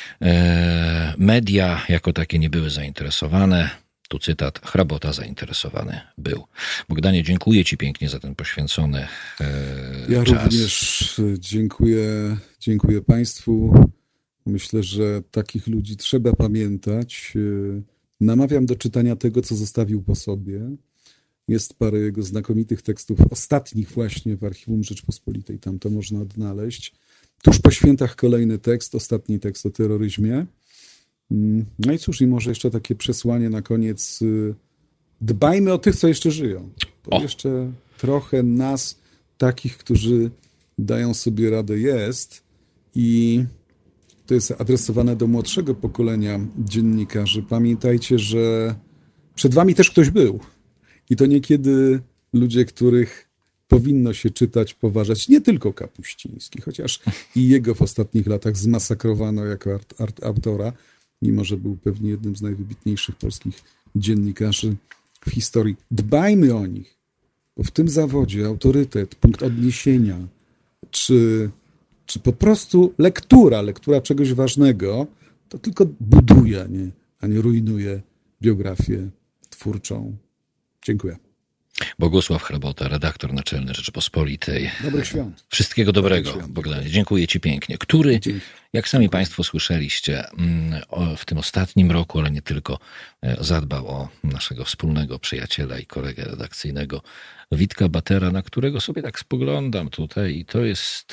E, media jako takie nie były zainteresowane. Tu cytat, Hrabota zainteresowany był. Bogdanie, dziękuję Ci pięknie za ten poświęcony e, ja czas. Ja również dziękuję, dziękuję Państwu. Myślę, że takich ludzi trzeba pamiętać. Namawiam do czytania tego, co zostawił po sobie. Jest parę jego znakomitych tekstów, ostatnich właśnie w Archiwum Rzeczpospolitej. Tam to można odnaleźć. Tuż po świętach kolejny tekst, ostatni tekst o terroryzmie. No i cóż, i może jeszcze takie przesłanie na koniec. Dbajmy o tych, co jeszcze żyją. Bo o. jeszcze trochę nas, takich, którzy dają sobie radę, jest. I to jest adresowane do młodszego pokolenia dziennikarzy. Pamiętajcie, że przed wami też ktoś był. I to niekiedy ludzie, których powinno się czytać, poważać. Nie tylko Kapuściński, chociaż i jego w ostatnich latach zmasakrowano jako art, art, autora, mimo że był pewnie jednym z najwybitniejszych polskich dziennikarzy w historii. Dbajmy o nich, bo w tym zawodzie autorytet, punkt odniesienia, czy, czy po prostu lektura, lektura czegoś ważnego, to tylko buduje, a nie, a nie rujnuje biografię twórczą. Dziękuję. Bogusław Hrabota, redaktor naczelny Rzeczypospolitej. Dobrych świąt. Wszystkiego dobrego, Bogdanie. Dziękuję Ci pięknie. Który, Dzięki. jak sami Państwo słyszeliście, w tym ostatnim roku, ale nie tylko, zadbał o naszego wspólnego przyjaciela i kolegę redakcyjnego Witka Batera, na którego sobie tak spoglądam tutaj i to jest,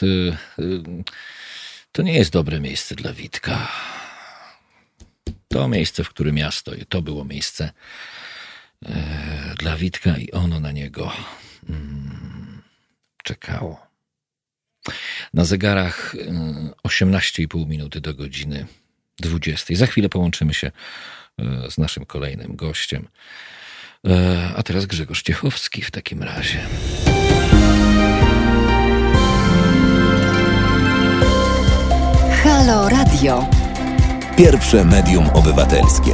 to nie jest dobre miejsce dla Witka. To miejsce, w którym ja stoję, to było miejsce dla Witka i ono na niego mm, czekało. Na zegarach osiemnaście i pół minuty do godziny dwudziestej. Za chwilę połączymy się z naszym kolejnym gościem. A teraz Grzegorz Ciechowski w takim razie. Halo Radio. Pierwsze medium obywatelskie.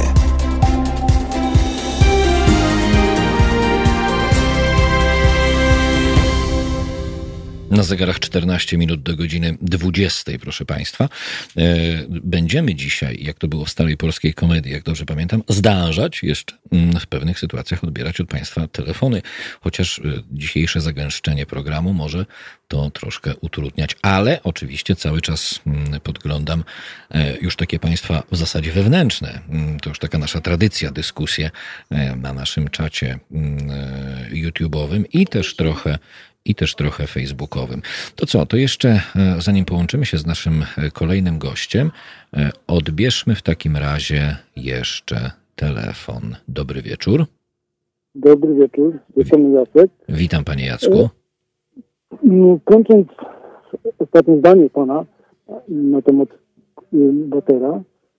Na zegarach czternaście minut do godziny dwudziestej, proszę Państwa. Będziemy dzisiaj, jak to było w starej polskiej komedii, jak dobrze pamiętam, zdążać jeszcze w pewnych sytuacjach odbierać od Państwa telefony, chociaż dzisiejsze zagęszczenie programu może to troszkę utrudniać, ale oczywiście cały czas podglądam już takie Państwa w zasadzie wewnętrzne. To już taka nasza tradycja, dyskusje na naszym czacie YouTube'owym i też trochę i też trochę facebookowym. To co, to jeszcze zanim połączymy się z naszym kolejnym gościem, odbierzmy w takim razie jeszcze telefon. Dobry wieczór. Dobry wieczór, jestem Jacek. Witam panie Jacku. Kończąc ostatnie zdanie pana na temat Batera,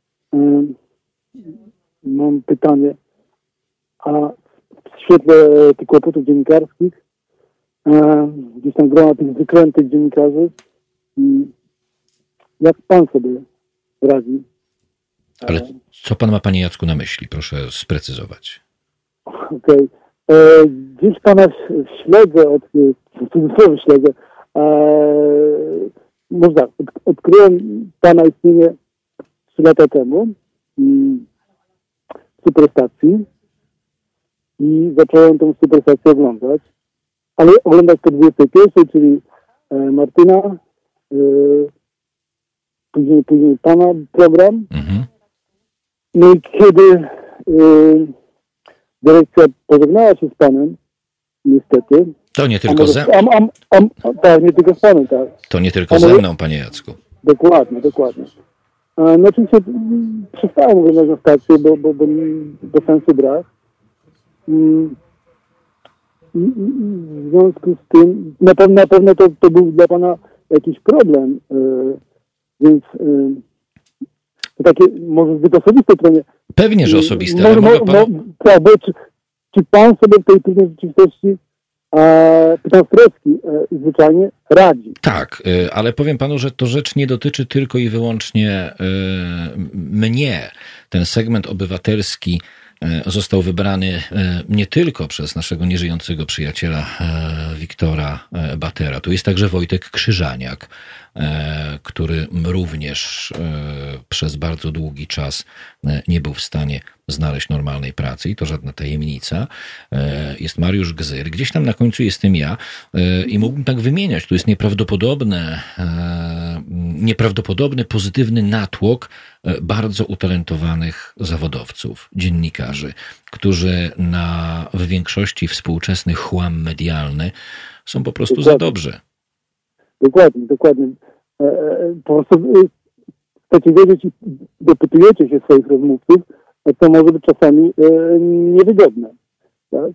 mam pytanie, a w świetle tych kłopotów dziennikarskich, gdzieś tam grona tych wykrętych dziennikarzy, jak pan sobie radzi? Ale co pan ma, panie Jacku, na myśli? Proszę sprecyzować. Okej. Okay. Gdzieś pana śledzę, od, w cudzysłowie śledzę, e, może tak, od, odkryłem pana istnienie trzy lata temu mm, w Superstacji i zacząłem tę Superstację oglądać. Ale oglądać po dwudziestej pierwszej, czyli e, Martyna, e, później, później pana program. Mhm. No i kiedy e, dyrekcja pożegnała się z panem, niestety. To nie tylko ze mną. Tak, nie tylko z panem, tak. To nie tylko ze mną, panie Jacku. Dokładnie, dokładnie. E, no oczywiście przestałem oglądać na stację, bo, bo, bo, bo sensu brak. Mm. I, i, w związku z tym, na pewno, na pewno to, to był dla pana jakiś problem, yy, więc yy, to takie może zbyt osobiste tronie. Pewnie, że osobiste, Mo, ale mo, mogę pan... mo, tak, bo czy, czy pan sobie w tej trudnej rzeczywistości, e, pytam z troski, e, zwyczajnie radzi? Tak, y, ale powiem panu, że to rzecz nie dotyczy tylko i wyłącznie y, mnie. Ten segment obywatelski został wybrany nie tylko przez naszego nieżyjącego przyjaciela Wiktora Batera. Tu jest także Wojtek Krzyżaniak, który również przez bardzo długi czas nie był w stanie znaleźć normalnej pracy i to żadna tajemnica. Jest Mariusz Gzyr. Gdzieś tam na końcu jestem ja i mógłbym tak wymieniać. Tu jest nieprawdopodobne, nieprawdopodobny, pozytywny natłok bardzo utalentowanych zawodowców, dziennikarzy, którzy na, w większości współczesny chłam medialny są po prostu dokładnie. za dobrzy. Dokładnie, dokładnie. E, po prostu chcecie wiedzieć i dopytujecie się swoich rozmówców, co może być czasami e, niewygodne. Tak?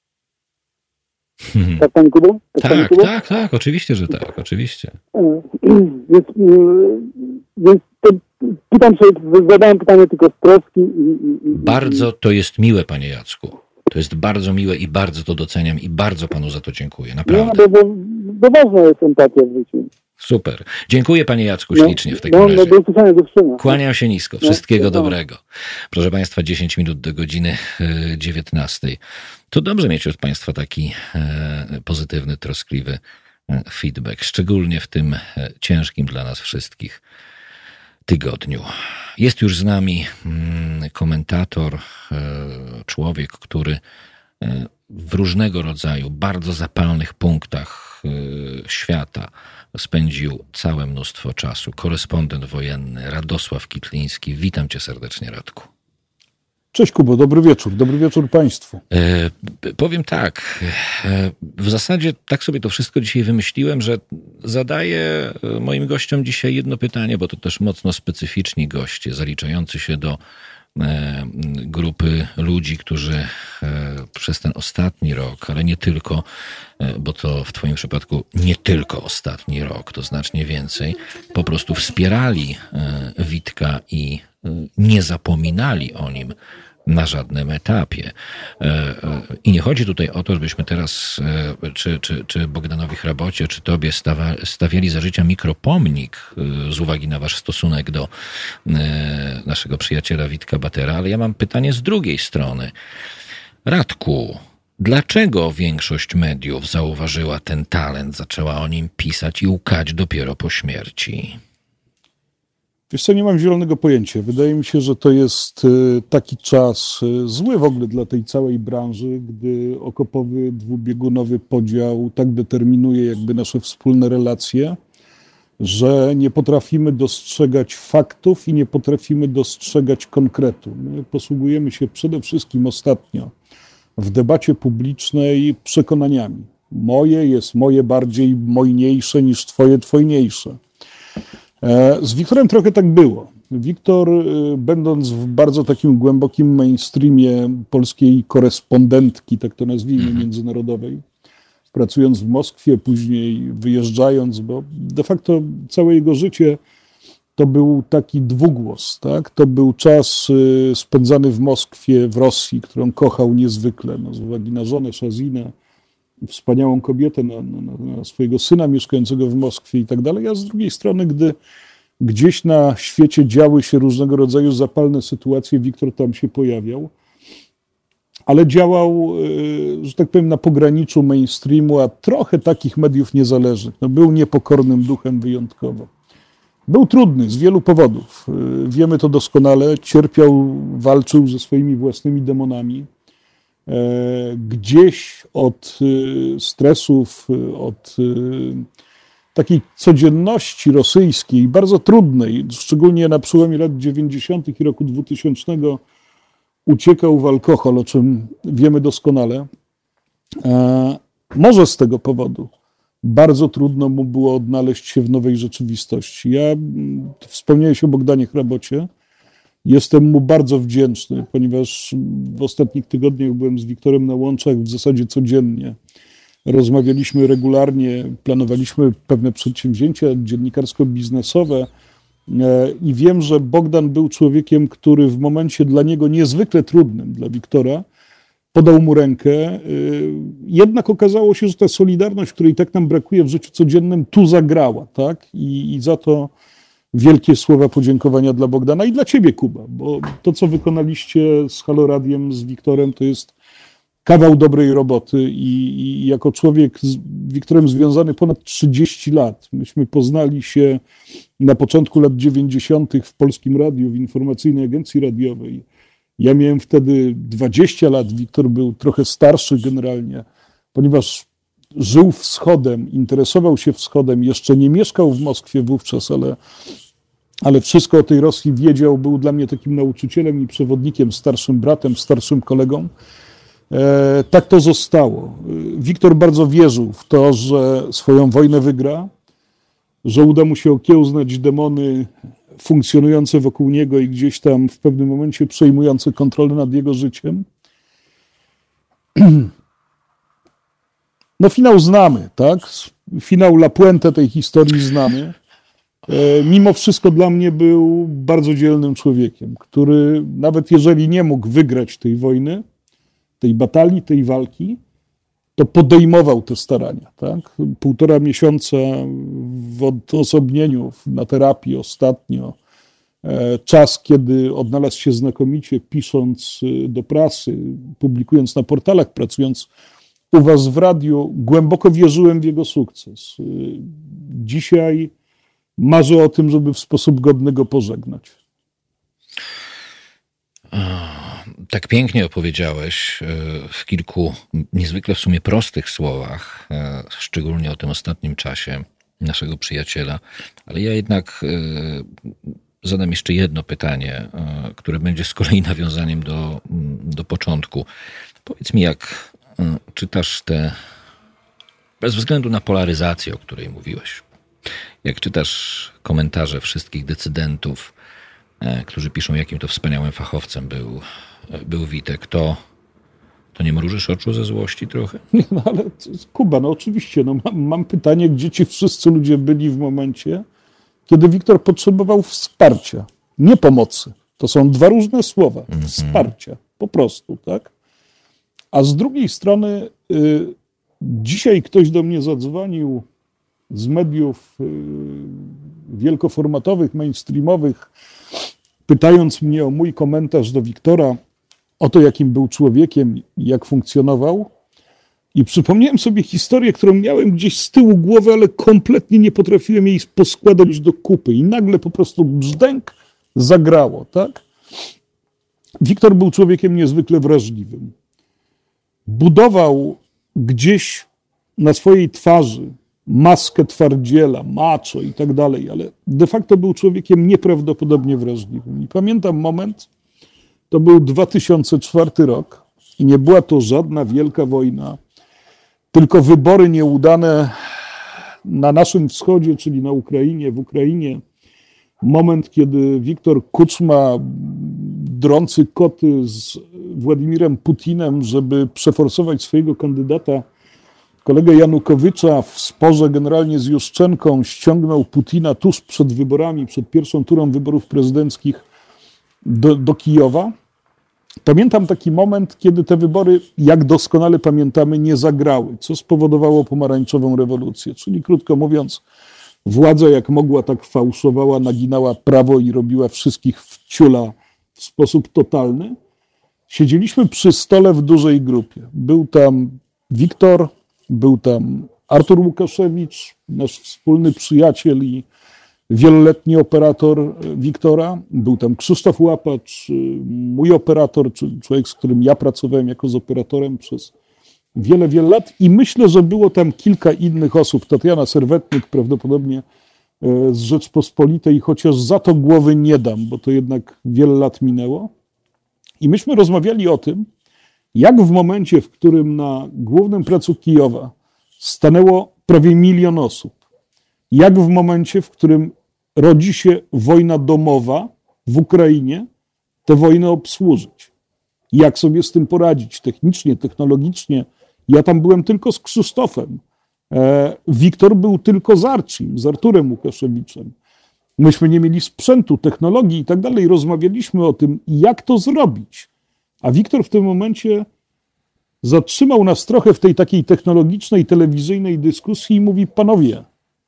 Hmm. Tak, panie Kubo? Tak, tak, Kubo? tak, tak, oczywiście, że tak, oczywiście. E, więc więc to, pytam się, zadałem pytanie tylko z troski. I, i, i, bardzo to jest miłe, panie Jacku. To jest bardzo miłe i bardzo to doceniam i bardzo panu za to dziękuję, naprawdę. No, bo, bo, bo ważna jest empatia w życiu. Super. Dziękuję panie Jacku ślicznie no, w takim no, razie. No, do usłyszenia, do usłyszenia. Kłaniam się nisko. Wszystkiego no, no. dobrego. Proszę państwa, dziesięć minut do godziny dziewiętnastej. To dobrze mieć od państwa taki e, pozytywny, troskliwy e, feedback, szczególnie w tym e, ciężkim dla nas wszystkich tygodniu. Jest już z nami mm, komentator, e, człowiek, który e, w różnego rodzaju, bardzo zapalnych punktach e, świata spędził całe mnóstwo czasu. Korespondent wojenny Radosław Kitliński. Witam cię serdecznie, Radku. Cześć Kubo, dobry wieczór. Dobry wieczór państwu. E, powiem tak, e, w zasadzie tak sobie to wszystko dzisiaj wymyśliłem, że zadaję moim gościom dzisiaj jedno pytanie, bo to też mocno specyficzni goście, zaliczający się do e, grupy ludzi, którzy e, przez ten ostatni rok, ale nie tylko, e, bo to w twoim przypadku nie tylko ostatni rok, to znacznie więcej, po prostu wspierali e, Witka i e, nie zapominali o nim na żadnym etapie. I nie chodzi tutaj o to, żebyśmy teraz, czy, czy, czy Bogdanowi Chrabocie, czy tobie stawa, stawiali za życia mikropomnik z uwagi na wasz stosunek do naszego przyjaciela Witka Batera, ale ja mam pytanie z drugiej strony. Radku, dlaczego większość mediów zauważyła ten talent, zaczęła o nim pisać i łkać dopiero po śmierci? Wiesz co, nie mam zielonego pojęcia. Wydaje mi się, że to jest taki czas zły w ogóle dla tej całej branży, gdy okopowy, dwubiegunowy podział tak determinuje jakby nasze wspólne relacje, że nie potrafimy dostrzegać faktów i nie potrafimy dostrzegać konkretu. My posługujemy się przede wszystkim ostatnio w debacie publicznej przekonaniami. Moje jest moje bardziej mojniejsze niż twoje twojniejsze. Z Wiktorem trochę tak było. Wiktor, będąc w bardzo takim głębokim mainstreamie polskiej korespondentki, tak to nazwijmy, międzynarodowej, pracując w Moskwie, później wyjeżdżając, bo de facto całe jego życie to był taki dwugłos, tak? To był czas spędzany w Moskwie, w Rosji, którą kochał niezwykle, no, z uwagi na żonę Szazinę, wspaniałą kobietę, na, na, na swojego syna mieszkającego w Moskwie i tak dalej, a z drugiej strony, gdy gdzieś na świecie działy się różnego rodzaju zapalne sytuacje, Wiktor tam się pojawiał, ale działał, że tak powiem, na pograniczu mainstreamu, a trochę takich mediów niezależnych. No, był niepokornym duchem wyjątkowo. Był trudny z wielu powodów. Wiemy to doskonale. Cierpiał, walczył ze swoimi własnymi demonami. Gdzieś od stresów, od takiej codzienności rosyjskiej, bardzo trudnej, szczególnie na przełomie lat dziewięćdziesiątych i roku dwutysięcznego, uciekał w alkohol, o czym wiemy doskonale. Może z tego powodu bardzo trudno mu było odnaleźć się w nowej rzeczywistości. Ja wspomniałeś o Bogdanie Chrabocie. Jestem mu bardzo wdzięczny, ponieważ w ostatnich tygodniach byłem z Wiktorem na łączach w zasadzie codziennie. Rozmawialiśmy regularnie, planowaliśmy pewne przedsięwzięcia dziennikarsko-biznesowe i wiem, że Bogdan był człowiekiem, który w momencie dla niego niezwykle trudnym, dla Wiktora, podał mu rękę. Jednak okazało się, że ta solidarność, której tak nam brakuje w życiu codziennym, tu zagrała, tak? I, i za to wielkie słowa podziękowania dla Bogdana i dla ciebie, Kuba, bo to, co wykonaliście z Halo Radiem, z Wiktorem, to jest kawał dobrej roboty i, i jako człowiek z Wiktorem związany ponad trzydzieści lat. Myśmy poznali się na początku lat dziewięćdziesiątych w Polskim Radiu, w Informacyjnej Agencji Radiowej. Ja miałem wtedy dwadzieścia lat, Wiktor był trochę starszy generalnie, ponieważ żył wschodem, interesował się wschodem, jeszcze nie mieszkał w Moskwie wówczas, ale, ale wszystko o tej Rosji wiedział, był dla mnie takim nauczycielem i przewodnikiem, starszym bratem, starszym kolegą. E, tak to zostało. Wiktor bardzo wierzył w to, że swoją wojnę wygra, że uda mu się okiełznać demony funkcjonujące wokół niego i gdzieś tam w pewnym momencie przejmujące kontrolę nad jego życiem. No finał znamy, tak? Finał La Puente tej historii znamy. E, mimo wszystko dla mnie był bardzo dzielnym człowiekiem, który nawet jeżeli nie mógł wygrać tej wojny, tej batalii, tej walki, to podejmował te starania. Tak? Półtora miesiąca w odosobnieniu, na terapii ostatnio, czas, kiedy odnalazł się znakomicie, pisząc do prasy, publikując na portalach, pracując u was w radiu, głęboko wierzyłem w jego sukces. Dzisiaj marzę o tym, żeby w sposób godny go pożegnać. Tak pięknie opowiedziałeś w kilku niezwykle w sumie prostych słowach, szczególnie o tym ostatnim czasie naszego przyjaciela, ale ja jednak zadam jeszcze jedno pytanie, które będzie z kolei nawiązaniem do, do początku. Powiedz mi, jak czytasz te, bez względu na polaryzację, o której mówiłeś, jak czytasz komentarze wszystkich decydentów, którzy piszą, jakim to wspaniałym fachowcem był, był Witek, to, to nie mrużysz oczu ze złości trochę? Nie, no ale Kuba, no oczywiście, no mam, mam pytanie, gdzie ci wszyscy ludzie byli w momencie, kiedy Wiktor potrzebował wsparcia, nie pomocy. To są dwa różne słowa. Mm-hmm. Wsparcia. Po prostu, tak? A z drugiej strony y, dzisiaj ktoś do mnie zadzwonił z mediów y, wielkoformatowych, mainstreamowych, pytając mnie o mój komentarz do Wiktora, o to, jakim był człowiekiem, jak funkcjonował. I przypomniałem sobie historię, którą miałem gdzieś z tyłu głowy, ale kompletnie nie potrafiłem jej poskładać do kupy. I nagle po prostu brzdęk zagrało, tak? Wiktor był człowiekiem niezwykle wrażliwym. Budował gdzieś na swojej twarzy maskę twardziela, macho i tak dalej, ale de facto był człowiekiem nieprawdopodobnie wrażliwym. I pamiętam moment, to był dwa tysiące czwarty rok i nie była to żadna wielka wojna, tylko wybory nieudane na naszym wschodzie, czyli na Ukrainie, w Ukrainie. Moment, kiedy Wiktor Kuczma, drący koty z Władimirem Putinem, żeby przeforsować swojego kandydata, kolegę Janukowycza w sporze generalnie z Juszczenką, ściągnął Putina tuż przed wyborami, przed pierwszą turą wyborów prezydenckich do, do Kijowa. Pamiętam taki moment, kiedy te wybory, jak doskonale pamiętamy, nie zagrały, co spowodowało pomarańczową rewolucję. Czyli krótko mówiąc, władza jak mogła, tak fałszowała, naginała prawo i robiła wszystkich w ciula w sposób totalny. Siedzieliśmy przy stole w dużej grupie. Był tam Wiktor, był tam Artur Łukaszewicz, nasz wspólny przyjaciel i wieloletni operator Wiktora. Był tam Krzysztof Łapacz, mój operator, czyli człowiek, z którym ja pracowałem jako z operatorem przez wiele, wiele lat. I myślę, że było tam kilka innych osób. Tatiana Serwetnik prawdopodobnie z Rzeczpospolitej, chociaż za to głowy nie dam, bo to jednak wiele lat minęło. I myśmy rozmawiali o tym, jak w momencie, w którym na głównym placu Kijowa stanęło prawie milion osób, jak w momencie, w którym rodzi się wojna domowa w Ukrainie, tę wojnę obsłużyć. Jak sobie z tym poradzić technicznie, technologicznie. Ja tam byłem tylko z Krzysztofem. E, Wiktor był tylko z Archim, z Arturem Łukaszewiczem. Myśmy nie mieli sprzętu, technologii i tak dalej. Rozmawialiśmy o tym, jak to zrobić. A Wiktor w tym momencie zatrzymał nas trochę w tej takiej technologicznej, telewizyjnej dyskusji i mówi: panowie,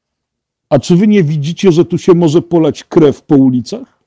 a czy wy nie widzicie, że tu się może polać krew po ulicach?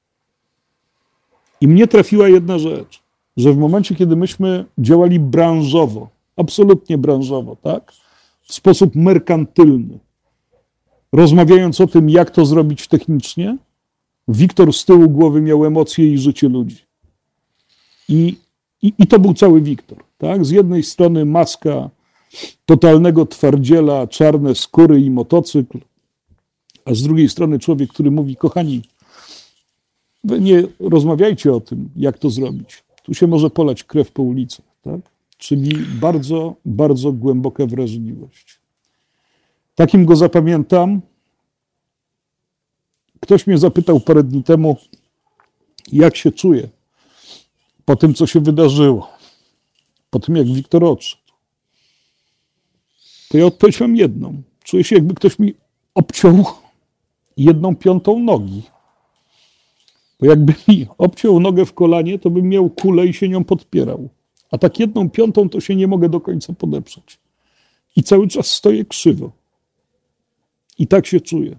I mnie trafiła jedna rzecz, że w momencie, kiedy myśmy działali branżowo, absolutnie branżowo, tak, w sposób merkantylny, rozmawiając o tym, jak to zrobić technicznie, Wiktor z tyłu głowy miał emocje i życie ludzi. I, i, i to był cały Wiktor. Tak? Z jednej strony maska totalnego twardziela, czarne skóry i motocykl, a z drugiej strony człowiek, który mówi: kochani, wy nie rozmawiajcie o tym, jak to zrobić. Tu się może polać krew po ulicach. Tak? Czyli bardzo, bardzo głęboka wrażliwość. Takim go zapamiętam. Ktoś mnie zapytał parę dni temu, jak się czuję po tym, co się wydarzyło, po tym, jak Wiktor odszedł. To ja odpowiedź mam jedną. Czuję się, jakby ktoś mi obciął jedną piątą nogi. Bo jakby mi obciął nogę w kolanie, to bym miał kulę i się nią podpierał. A tak jedną piątą to się nie mogę do końca podeprzeć. I cały czas stoję krzywo. I tak się czuję.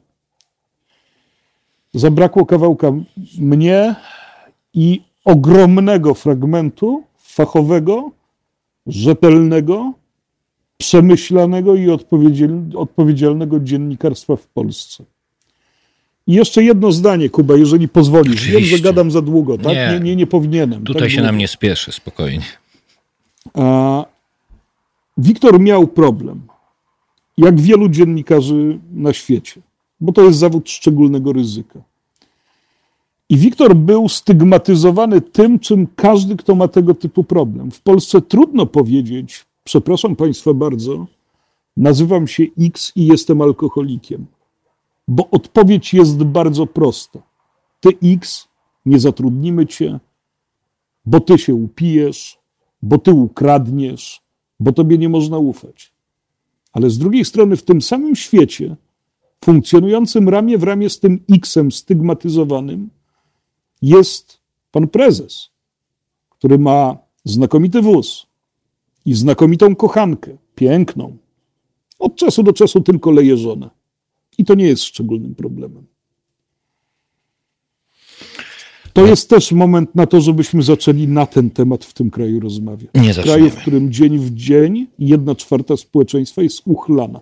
Zabrakło kawałka mnie i ogromnego fragmentu fachowego, rzetelnego, przemyślanego i odpowiedzialnego dziennikarstwa w Polsce. I jeszcze jedno zdanie, Kuba, jeżeli pozwolisz. Oczywiście. Wiem, że gadam za długo, tak? Nie, nie, nie, nie powinienem. Tutaj tak się długo. nam nie spieszy, spokojnie. A Wiktor miał problem, jak wielu dziennikarzy na świecie, bo to jest zawód szczególnego ryzyka. I Wiktor był stygmatyzowany tym, czym każdy, kto ma tego typu problem. W Polsce trudno powiedzieć, przepraszam Państwa bardzo, nazywam się X i jestem alkoholikiem. Bo odpowiedź jest bardzo prosta. Ty X, nie zatrudnimy cię, bo ty się upijesz, bo ty ukradniesz, bo tobie nie można ufać. Ale z drugiej strony w tym samym świecie, funkcjonującym ramię w ramię z tym X-em stygmatyzowanym, jest pan prezes, który ma znakomity wóz i znakomitą kochankę, piękną, od czasu do czasu tylko leje żonę. I to nie jest szczególnym problemem. To jest też moment na to, żebyśmy zaczęli na ten temat w tym kraju rozmawiać. Nie w kraju, w którym dzień w dzień jedna czwarta społeczeństwa jest uchlana.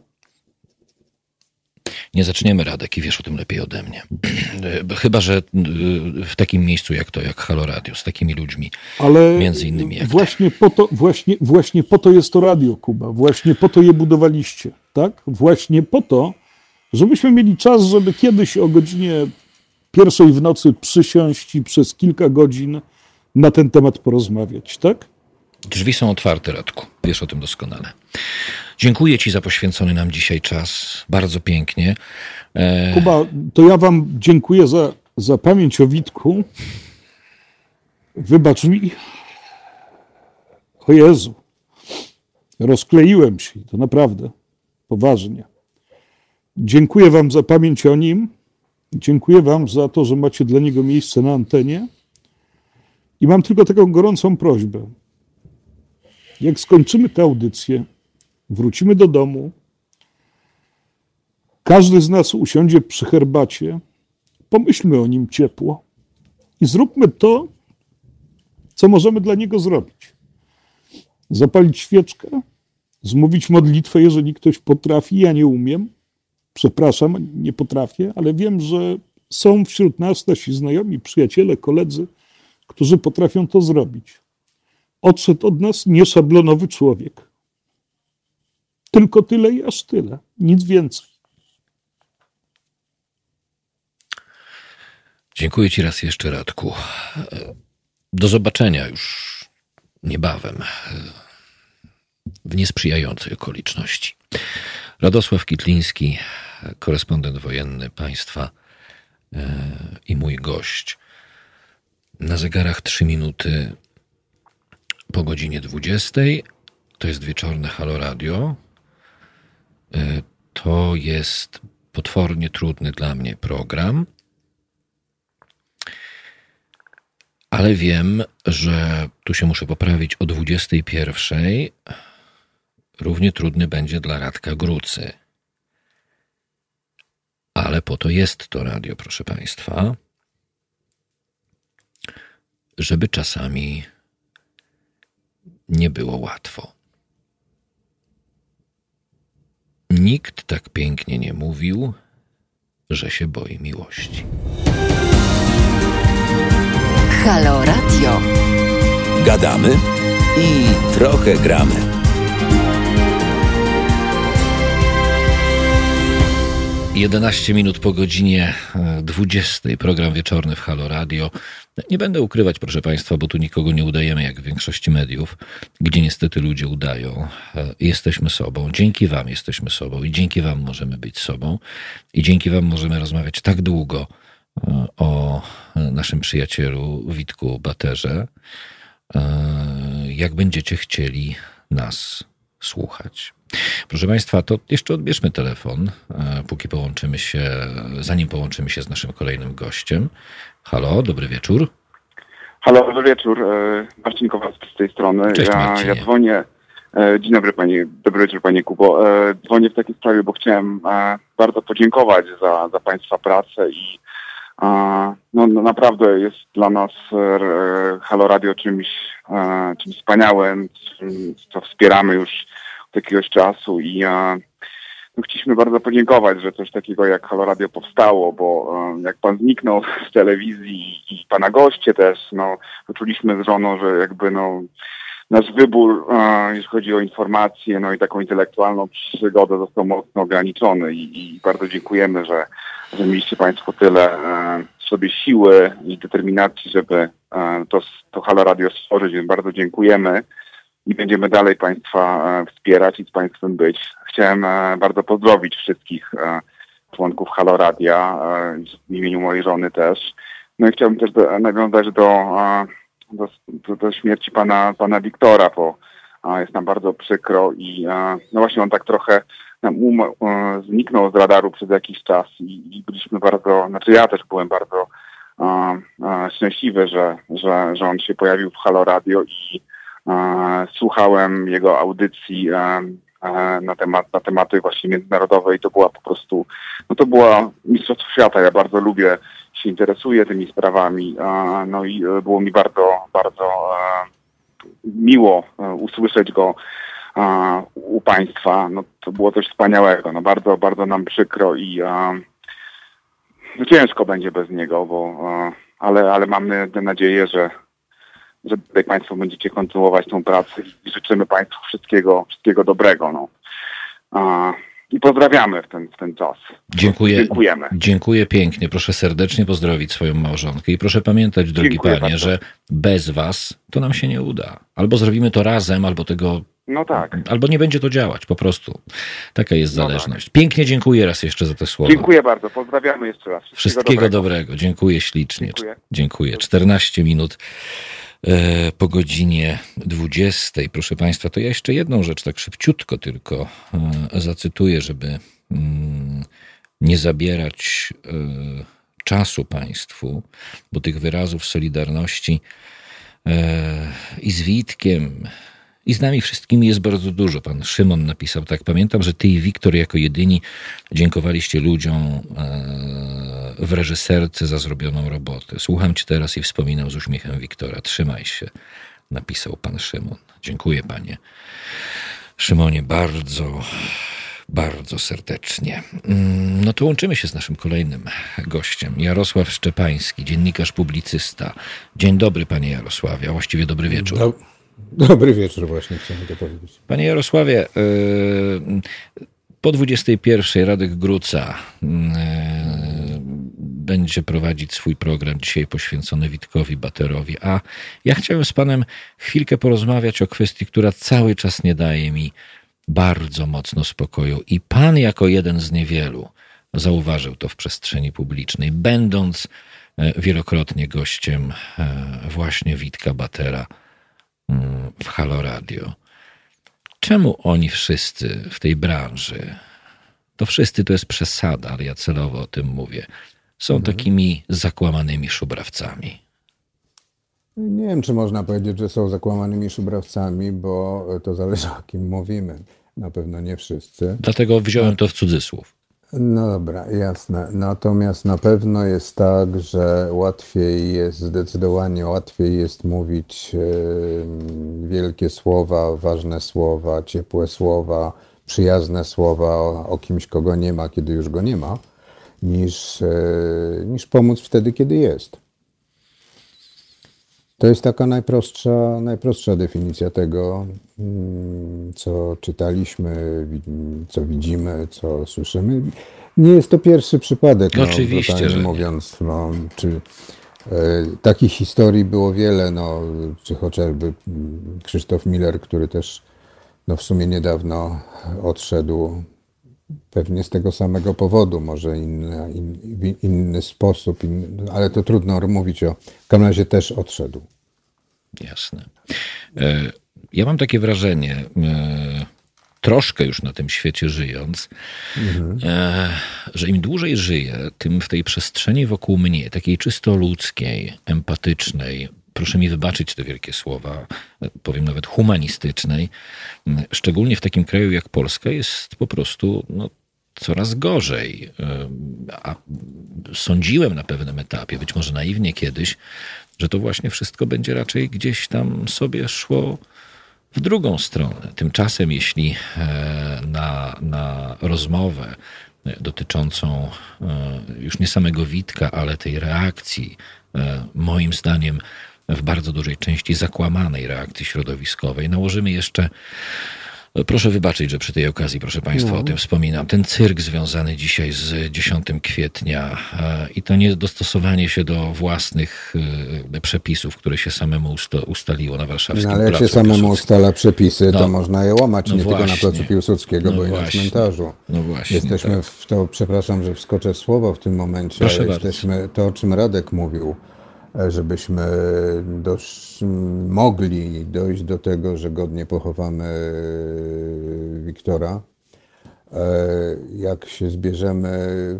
Nie zaczniemy, Radek, i wiesz o tym lepiej ode mnie. Chyba że w takim miejscu jak to, jak Halo Radio, z takimi ludźmi. Ale między innymi jak właśnie po to, właśnie, właśnie po to jest to radio, Kuba. Właśnie po to je budowaliście. Tak? Właśnie po to, żebyśmy mieli czas, żeby kiedyś o godzinie pierwszej w nocy przysiąść i przez kilka godzin na ten temat porozmawiać. Tak? Drzwi są otwarte, Radku. Wiesz o tym doskonale. Dziękuję ci za poświęcony nam dzisiaj czas. Bardzo pięknie. E... Kuba, to ja wam dziękuję za, za pamięć o Witku. Wybacz mi. O Jezu. Rozkleiłem się. To naprawdę. Poważnie. Dziękuję wam za pamięć o nim. Dziękuję wam za to, że macie dla niego miejsce na antenie. I mam tylko taką gorącą prośbę. Jak skończymy tę audycję, wrócimy do domu, każdy z nas usiądzie przy herbacie, pomyślmy o nim ciepło i zróbmy to, co możemy dla niego zrobić. Zapalić świeczkę, zmówić modlitwę, jeżeli ktoś potrafi, ja nie umiem, przepraszam, nie potrafię, ale wiem, że są wśród nas nasi znajomi, przyjaciele, koledzy, którzy potrafią to zrobić. Odszedł od nas nieszablonowy człowiek. Tylko tyle i aż tyle. Nic więcej. Dziękuję ci raz jeszcze, Radku. Do zobaczenia już niebawem w niesprzyjającej okoliczności. Radosław Kitliński, korespondent wojenny państwa i mój gość. Na zegarach trzy minuty po godzinie dwudziestej. To jest wieczorne Halo Radio. To jest potwornie trudny dla mnie program, ale wiem, że tu się muszę poprawić o dwudziestej pierwszej. Równie trudny będzie dla Radka Grucy. Ale po to jest to radio, proszę państwa, żeby czasami nie było łatwo. Nikt tak pięknie nie mówił, że się boi miłości. Halo Radio. Gadamy i trochę gramy. jedenaście minut po godzinie dwudziestej. Program wieczorny w Halo Radio. Nie będę ukrywać, proszę państwa, bo tu nikogo nie udajemy, jak w większości mediów, gdzie niestety ludzie udają. Jesteśmy sobą. Dzięki wam jesteśmy sobą i dzięki wam możemy być sobą i dzięki wam możemy rozmawiać tak długo o naszym przyjacielu Witku Baterze, jak będziecie chcieli nas słuchać. Proszę państwa, to jeszcze odbierzmy telefon, póki połączymy się, zanim połączymy się z naszym kolejnym gościem. Halo, dobry wieczór. Halo, dobry wieczór. Marcin Kowalski z tej strony. Cześć, ja, ja dzwonię. Dzień dobry pani, dobry wieczór panie Kubo. Dzwonię w takiej sprawie, bo chciałem bardzo podziękować za, za państwa pracę i no, no naprawdę jest dla nas Halo Radio czymś, czymś wspaniałym, co wspieramy już od jakiegoś czasu i no, chcieliśmy bardzo podziękować, że coś takiego jak Halo Radio powstało, bo jak pan zniknął z telewizji i pana goście też, no poczuliśmy z żoną, że jakby no nasz wybór, jeśli chodzi o informacje, no i taką intelektualną przygodę został mocno ograniczony i, i bardzo dziękujemy, że, że mieliście państwo tyle w sobie siły i determinacji, żeby to, to Halo Radio stworzyć, więc bardzo dziękujemy i będziemy dalej państwa wspierać i z państwem być. Chciałem bardzo pozdrowić wszystkich członków Halo Radia, w imieniu mojej żony też. No i chciałbym też do, nawiązać do, do, do, do śmierci pana, pana Wiktora, bo jest nam bardzo przykro i no właśnie on tak trochę nam um, zniknął z radaru przez jakiś czas i, i byliśmy bardzo, znaczy ja też byłem bardzo e, e, szczęśliwy, że, że, że on się pojawił w Halo Radio i e, słuchałem jego audycji e, e, na temat, na tematy właśnie międzynarodowe i to była po prostu, no to była Mistrzostwo Świata. Ja bardzo lubię, się interesuję tymi sprawami, e, no i e, było mi bardzo, bardzo e, miło e, usłyszeć go e, u Państwa. No to było coś wspaniałego. No bardzo, bardzo nam przykro i e, no ciężko będzie bez niego, bo, e, ale, ale mamy nadzieję, że, że tutaj Państwo będziecie kontynuować tą pracę i życzymy Państwu wszystkiego, wszystkiego dobrego. No. E, I pozdrawiamy w ten, w ten czas. Dziękuję. Dziękujemy. Dziękuję pięknie. Proszę serdecznie pozdrowić swoją małżonkę i proszę pamiętać, drogi Dziękuję panie, bardzo. że bez was to nam się nie uda. Albo zrobimy to razem, albo tego, No tak. albo nie będzie to działać, po prostu. Taka jest No zależność. Pięknie dziękuję raz jeszcze za te słowa. Dziękuję bardzo. Pozdrawiamy jeszcze raz. Wszystkiego, Wszystkiego dobrego. dobrego. Dziękuję ślicznie. Dziękuję. Dziękuję. czternaście minut e, po godzinie dwudziestej. Proszę Państwa, to ja jeszcze jedną rzecz tak szybciutko tylko e, zacytuję, żeby mm, nie zabierać e, czasu Państwu, bo tych wyrazów solidarności e, i z Witkiem, i z nami wszystkimi jest bardzo dużo. Pan Szymon napisał tak. Pamiętam, że ty i Wiktor jako jedyni dziękowaliście ludziom w reżyserce za zrobioną robotę. Słucham cię teraz i wspominam z uśmiechem Wiktora. Trzymaj się, napisał pan Szymon. Dziękuję, panie Szymonie, bardzo, bardzo serdecznie. No to łączymy się z naszym kolejnym gościem. Jarosław Szczepański, dziennikarz, publicysta. Dzień dobry, panie Jarosławie, a właściwie dobry wieczór. Do, dobry wieczór, właśnie chciałem to powiedzieć. Panie Jarosławie, po dwudziestej pierwszej Radek Gruca będzie prowadzić swój program dzisiaj poświęcony Witkowi Baterowi, a ja chciałem z panem chwilkę porozmawiać o kwestii, która cały czas nie daje mi bardzo mocno spokoju i pan jako jeden z niewielu zauważył to w przestrzeni publicznej, będąc wielokrotnie gościem właśnie Witka Batera w Halo Radio. Czemu oni wszyscy w tej branży, to wszyscy to jest przesada, ale ja celowo o tym mówię, są mhm. takimi zakłamanymi szubrawcami? Nie wiem, czy można powiedzieć, że są zakłamanymi szubrawcami, bo to zależy, o kim mówimy. Na pewno nie wszyscy. Dlatego wziąłem to w cudzysłów. No dobra, jasne. Natomiast na pewno jest tak, że łatwiej jest, zdecydowanie łatwiej jest mówić yy, wielkie słowa, ważne słowa, ciepłe słowa, przyjazne słowa o, o kimś, kogo nie ma, kiedy już go nie ma, niż, yy, niż pomóc wtedy, kiedy jest. To jest taka najprostsza, najprostsza definicja tego, co czytaliśmy, co widzimy, co słyszymy. Nie jest to pierwszy przypadek. No, oczywiście, że mówiąc, no, czy, e, takich historii było wiele, no, czy chociażby Krzysztof Miller, który też no, w sumie niedawno odszedł, pewnie z tego samego powodu, może inny, in, inny sposób, inny, ale to trudno mówić o... W każdym razie też odszedł. Jasne. Ja mam takie wrażenie, troszkę już na tym świecie żyjąc, mhm. że im dłużej żyję, tym w tej przestrzeni wokół mnie, takiej czysto ludzkiej, empatycznej, proszę mi wybaczyć te wielkie słowa, powiem nawet humanistycznej, szczególnie w takim kraju jak Polska, jest po prostu no, coraz gorzej. A sądziłem na pewnym etapie, być może naiwnie kiedyś, że to właśnie wszystko będzie raczej gdzieś tam sobie szło w drugą stronę. Tymczasem, jeśli na, na rozmowę dotyczącą już nie samego Witka, ale tej reakcji, moim zdaniem w bardzo dużej części zakłamanej reakcji środowiskowej, nałożymy jeszcze, proszę wybaczyć, że przy tej okazji, proszę Państwa, no. o tym wspominam, ten cyrk związany dzisiaj z dziesiątego kwietnia i to niedostosowanie się do własnych przepisów, które się samemu usta- ustaliło na warszawskim no, ale jak placu się samemu Piłsudskim. ustala przepisy, no, to można je łamać, no nie właśnie. tylko na placu Piłsudskiego, no bo właśnie. i na cmentarzu. No właśnie, Jesteśmy tak. w to, przepraszam, że wskoczę w słowo w tym momencie, Proszę ale bardzo. jesteśmy, to o czym Radek mówił, żebyśmy dosz, mogli dojść do tego, że godnie pochowamy Wiktora. Jak się zbierzemy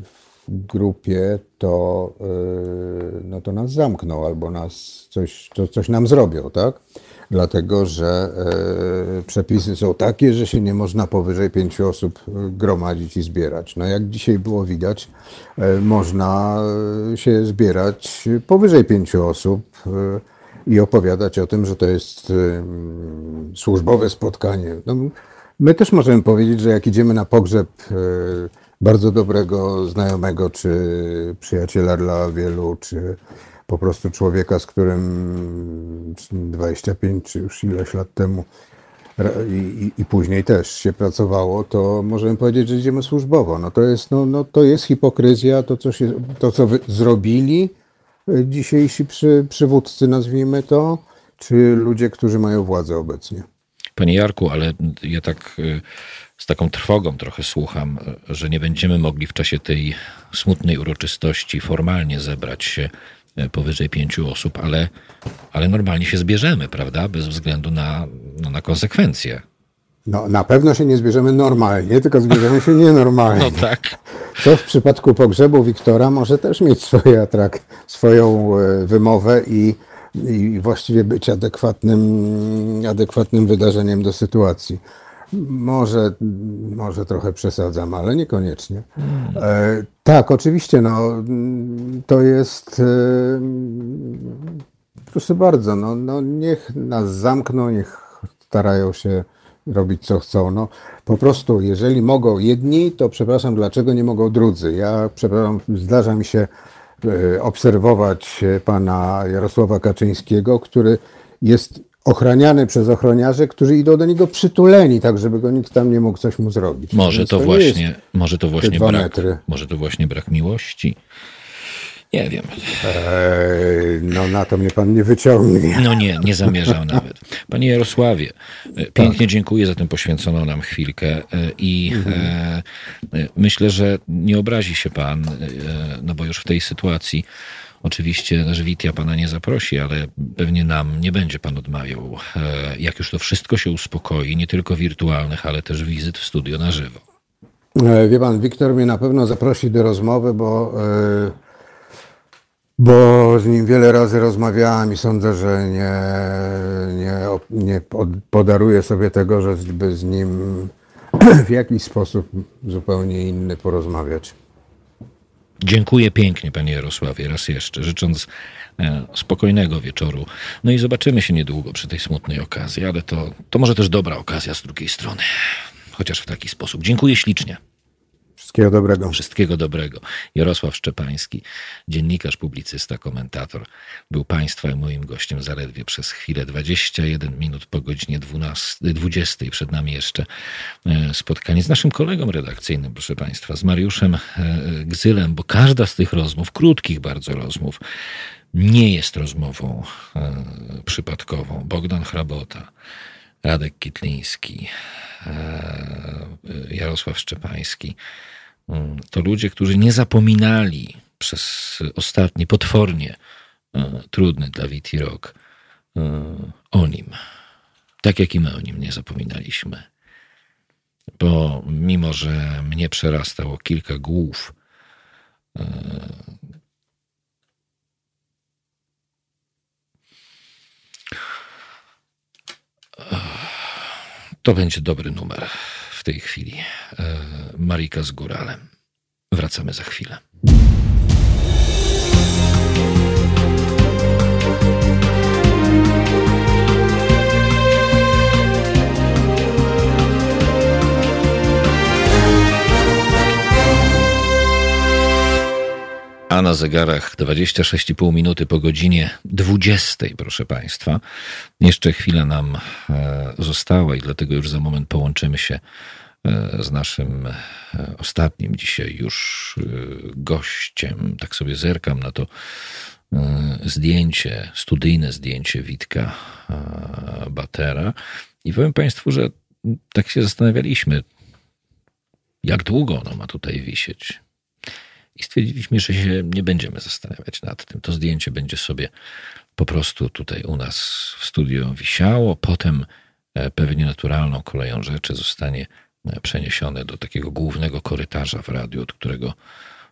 grupie, to, no to nas zamkną albo nas coś, to coś nam zrobią, tak? Dlatego, że przepisy są takie, że się nie można powyżej pięciu osób gromadzić i zbierać. No jak dzisiaj było widać, można się zbierać powyżej pięciu osób i opowiadać o tym, że to jest służbowe spotkanie. No, my też możemy powiedzieć, że jak idziemy na pogrzeb bardzo dobrego znajomego, czy przyjaciela dla wielu, czy po prostu człowieka, z którym dwadzieścia pięć czy już ileś lat temu i, i, i później też się pracowało, to możemy powiedzieć, że idziemy służbowo. No to jest, no, no to jest hipokryzja, to co, się, to, co wy zrobili dzisiejsi przy, przywódcy, nazwijmy to, czy ludzie, którzy mają władzę obecnie. Panie Jarku, ale ja tak z taką trwogą trochę słucham, że nie będziemy mogli w czasie tej smutnej uroczystości formalnie zebrać się powyżej pięciu osób, ale, ale normalnie się zbierzemy, prawda? Bez względu na, no, na konsekwencje. No, na pewno się nie zbierzemy normalnie, tylko zbierzemy się nienormalnie. No tak. Co w przypadku pogrzebu Wiktora może też mieć swoje atrak, swoją wymowę i, i właściwie być adekwatnym, adekwatnym wydarzeniem do sytuacji. Może, może trochę przesadzam, ale niekoniecznie. E, tak, oczywiście, no, to jest, e, proszę bardzo, no, no, niech nas zamkną, niech starają się robić co chcą. No, po prostu, jeżeli mogą jedni, to przepraszam, dlaczego nie mogą drudzy? Ja, przepraszam, zdarza mi się e, obserwować pana Jarosława Kaczyńskiego, który jest ochraniany przez ochroniarzy, którzy idą do niego przytuleni, tak żeby go nikt tam nie mógł coś mu zrobić. Może to, to właśnie, może to właśnie brak, metry. może to właśnie brak miłości. Nie wiem. Eee, no na to mnie pan nie wyciągnie. No nie, nie zamierzał nawet. Panie Jarosławie, pięknie tak. Dziękuję za tę poświęconą nam chwilkę i mhm. e, myślę, że nie obrazi się pan, e, no bo już w tej sytuacji oczywiście Żwitia pana nie zaprosi, ale pewnie nam nie będzie pan odmawiał, e, jak już to wszystko się uspokoi, nie tylko wirtualnych, ale też wizyt w studio na żywo. E, wie pan, Wiktor mnie na pewno zaprosi do rozmowy, bo e, Bo z nim wiele razy rozmawiałem i sądzę, że nie, nie, nie podaruję sobie tego, żeby z nim w jakiś sposób zupełnie inny porozmawiać. Dziękuję pięknie, panie Jarosławie, raz jeszcze, życząc spokojnego wieczoru. No i zobaczymy się niedługo przy tej smutnej okazji, ale to, to może też dobra okazja z drugiej strony. Chociaż w taki sposób. Dziękuję ślicznie. Wszystkiego dobrego. Wszystkiego dobrego. Jarosław Szczepański, dziennikarz, publicysta, komentator, był państwa i moim gościem zaledwie przez chwilę. dwadzieścia jeden minut po godzinie dwudziestej. Przed nami jeszcze spotkanie z naszym kolegą redakcyjnym, proszę państwa, z Mariuszem Gzylem, bo każda z tych rozmów, krótkich bardzo rozmów, nie jest rozmową przypadkową. Bogdan Hrabota, Radek Kitliński, Jarosław Szczepański. To ludzie, którzy nie zapominali przez ostatni, potwornie trudny dla Witi rok o nim. Tak jak i my o nim nie zapominaliśmy. Bo mimo, że mnie przerastało kilka głów, to będzie dobry numer w tej chwili. Marika z Góralem. Wracamy za chwilę. A na zegarach dwadzieścia sześć i pół minuty po godzinie dwudziestej, proszę państwa. Jeszcze chwila nam została i dlatego już za moment połączymy się z naszym ostatnim dzisiaj już gościem. Tak sobie zerkam na to zdjęcie, studyjne zdjęcie Witka Batera i powiem państwu, że tak się zastanawialiśmy, jak długo ono ma tutaj wisieć. I stwierdziliśmy, że się nie będziemy zastanawiać nad tym. To zdjęcie będzie sobie po prostu tutaj u nas w studiu wisiało. Potem pewnie naturalną koleją rzeczy zostanie przeniesione do takiego głównego korytarza w radiu, od którego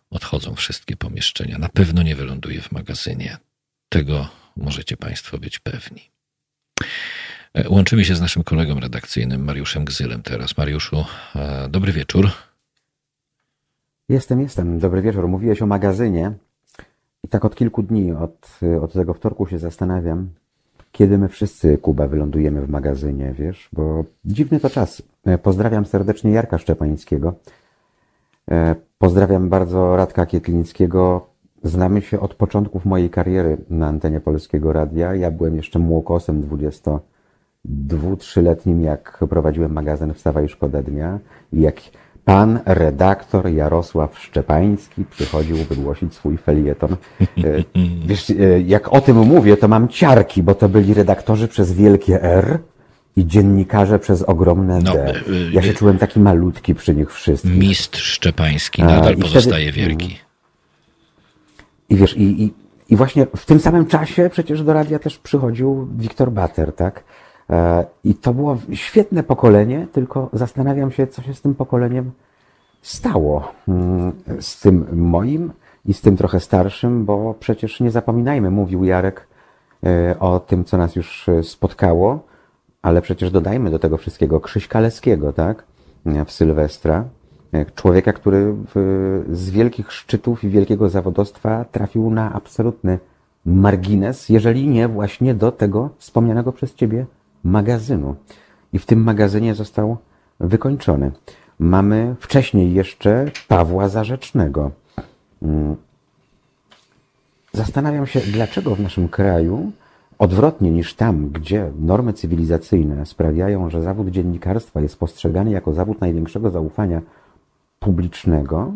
odchodzą wszystkie pomieszczenia. Na pewno nie wyląduje w magazynie. Tego możecie Państwo być pewni. Łączymy się z naszym kolegą redakcyjnym, Mariuszem Gzylem teraz. Mariuszu, dobry wieczór. Jestem, jestem. Dobry wieczór. Mówiłeś o magazynie i tak od kilku dni, od, od tego wtorku się zastanawiam, kiedy my wszyscy, Kuba, wylądujemy w magazynie, wiesz, bo dziwny to czas. Pozdrawiam serdecznie Jarka Szczepańskiego. Pozdrawiam bardzo Radka Kietlińskiego. Znamy się od początków mojej kariery na antenie Polskiego Radia. Ja byłem jeszcze młokosem dwudziesto dwu, trzyletnim, jak prowadziłem magazyn Wstawaj Szkoda Dnia i jak pan redaktor Jarosław Szczepański przychodził wygłosić swój felieton. Wiesz, jak o tym mówię, to mam ciarki, bo to byli redaktorzy przez wielkie R i dziennikarze przez ogromne no, D. Ja się czułem taki malutki przy nich wszystkich. Mistrz Szczepański nadal I pozostaje wtedy, wielki. I wiesz, i, i, i właśnie w tym samym czasie przecież do radia też przychodził Wiktor Bater, tak? I to było świetne pokolenie, tylko zastanawiam się, co się z tym pokoleniem stało. Z tym moim i z tym trochę starszym, bo przecież nie zapominajmy, mówił Jarek o tym, co nas już spotkało, ale przecież dodajmy do tego wszystkiego Krzyśka Leskiego, tak? W Sylwestra. Człowieka, który w, z wielkich szczytów i wielkiego zawodowstwa trafił na absolutny margines, jeżeli nie właśnie do tego wspomnianego przez ciebie magazynu. I w tym magazynie został wykończony. Mamy wcześniej jeszcze Pawła Zarzecznego. Zastanawiam się, dlaczego w naszym kraju, odwrotnie niż tam, gdzie normy cywilizacyjne sprawiają, że zawód dziennikarstwa jest postrzegany jako zawód największego zaufania publicznego,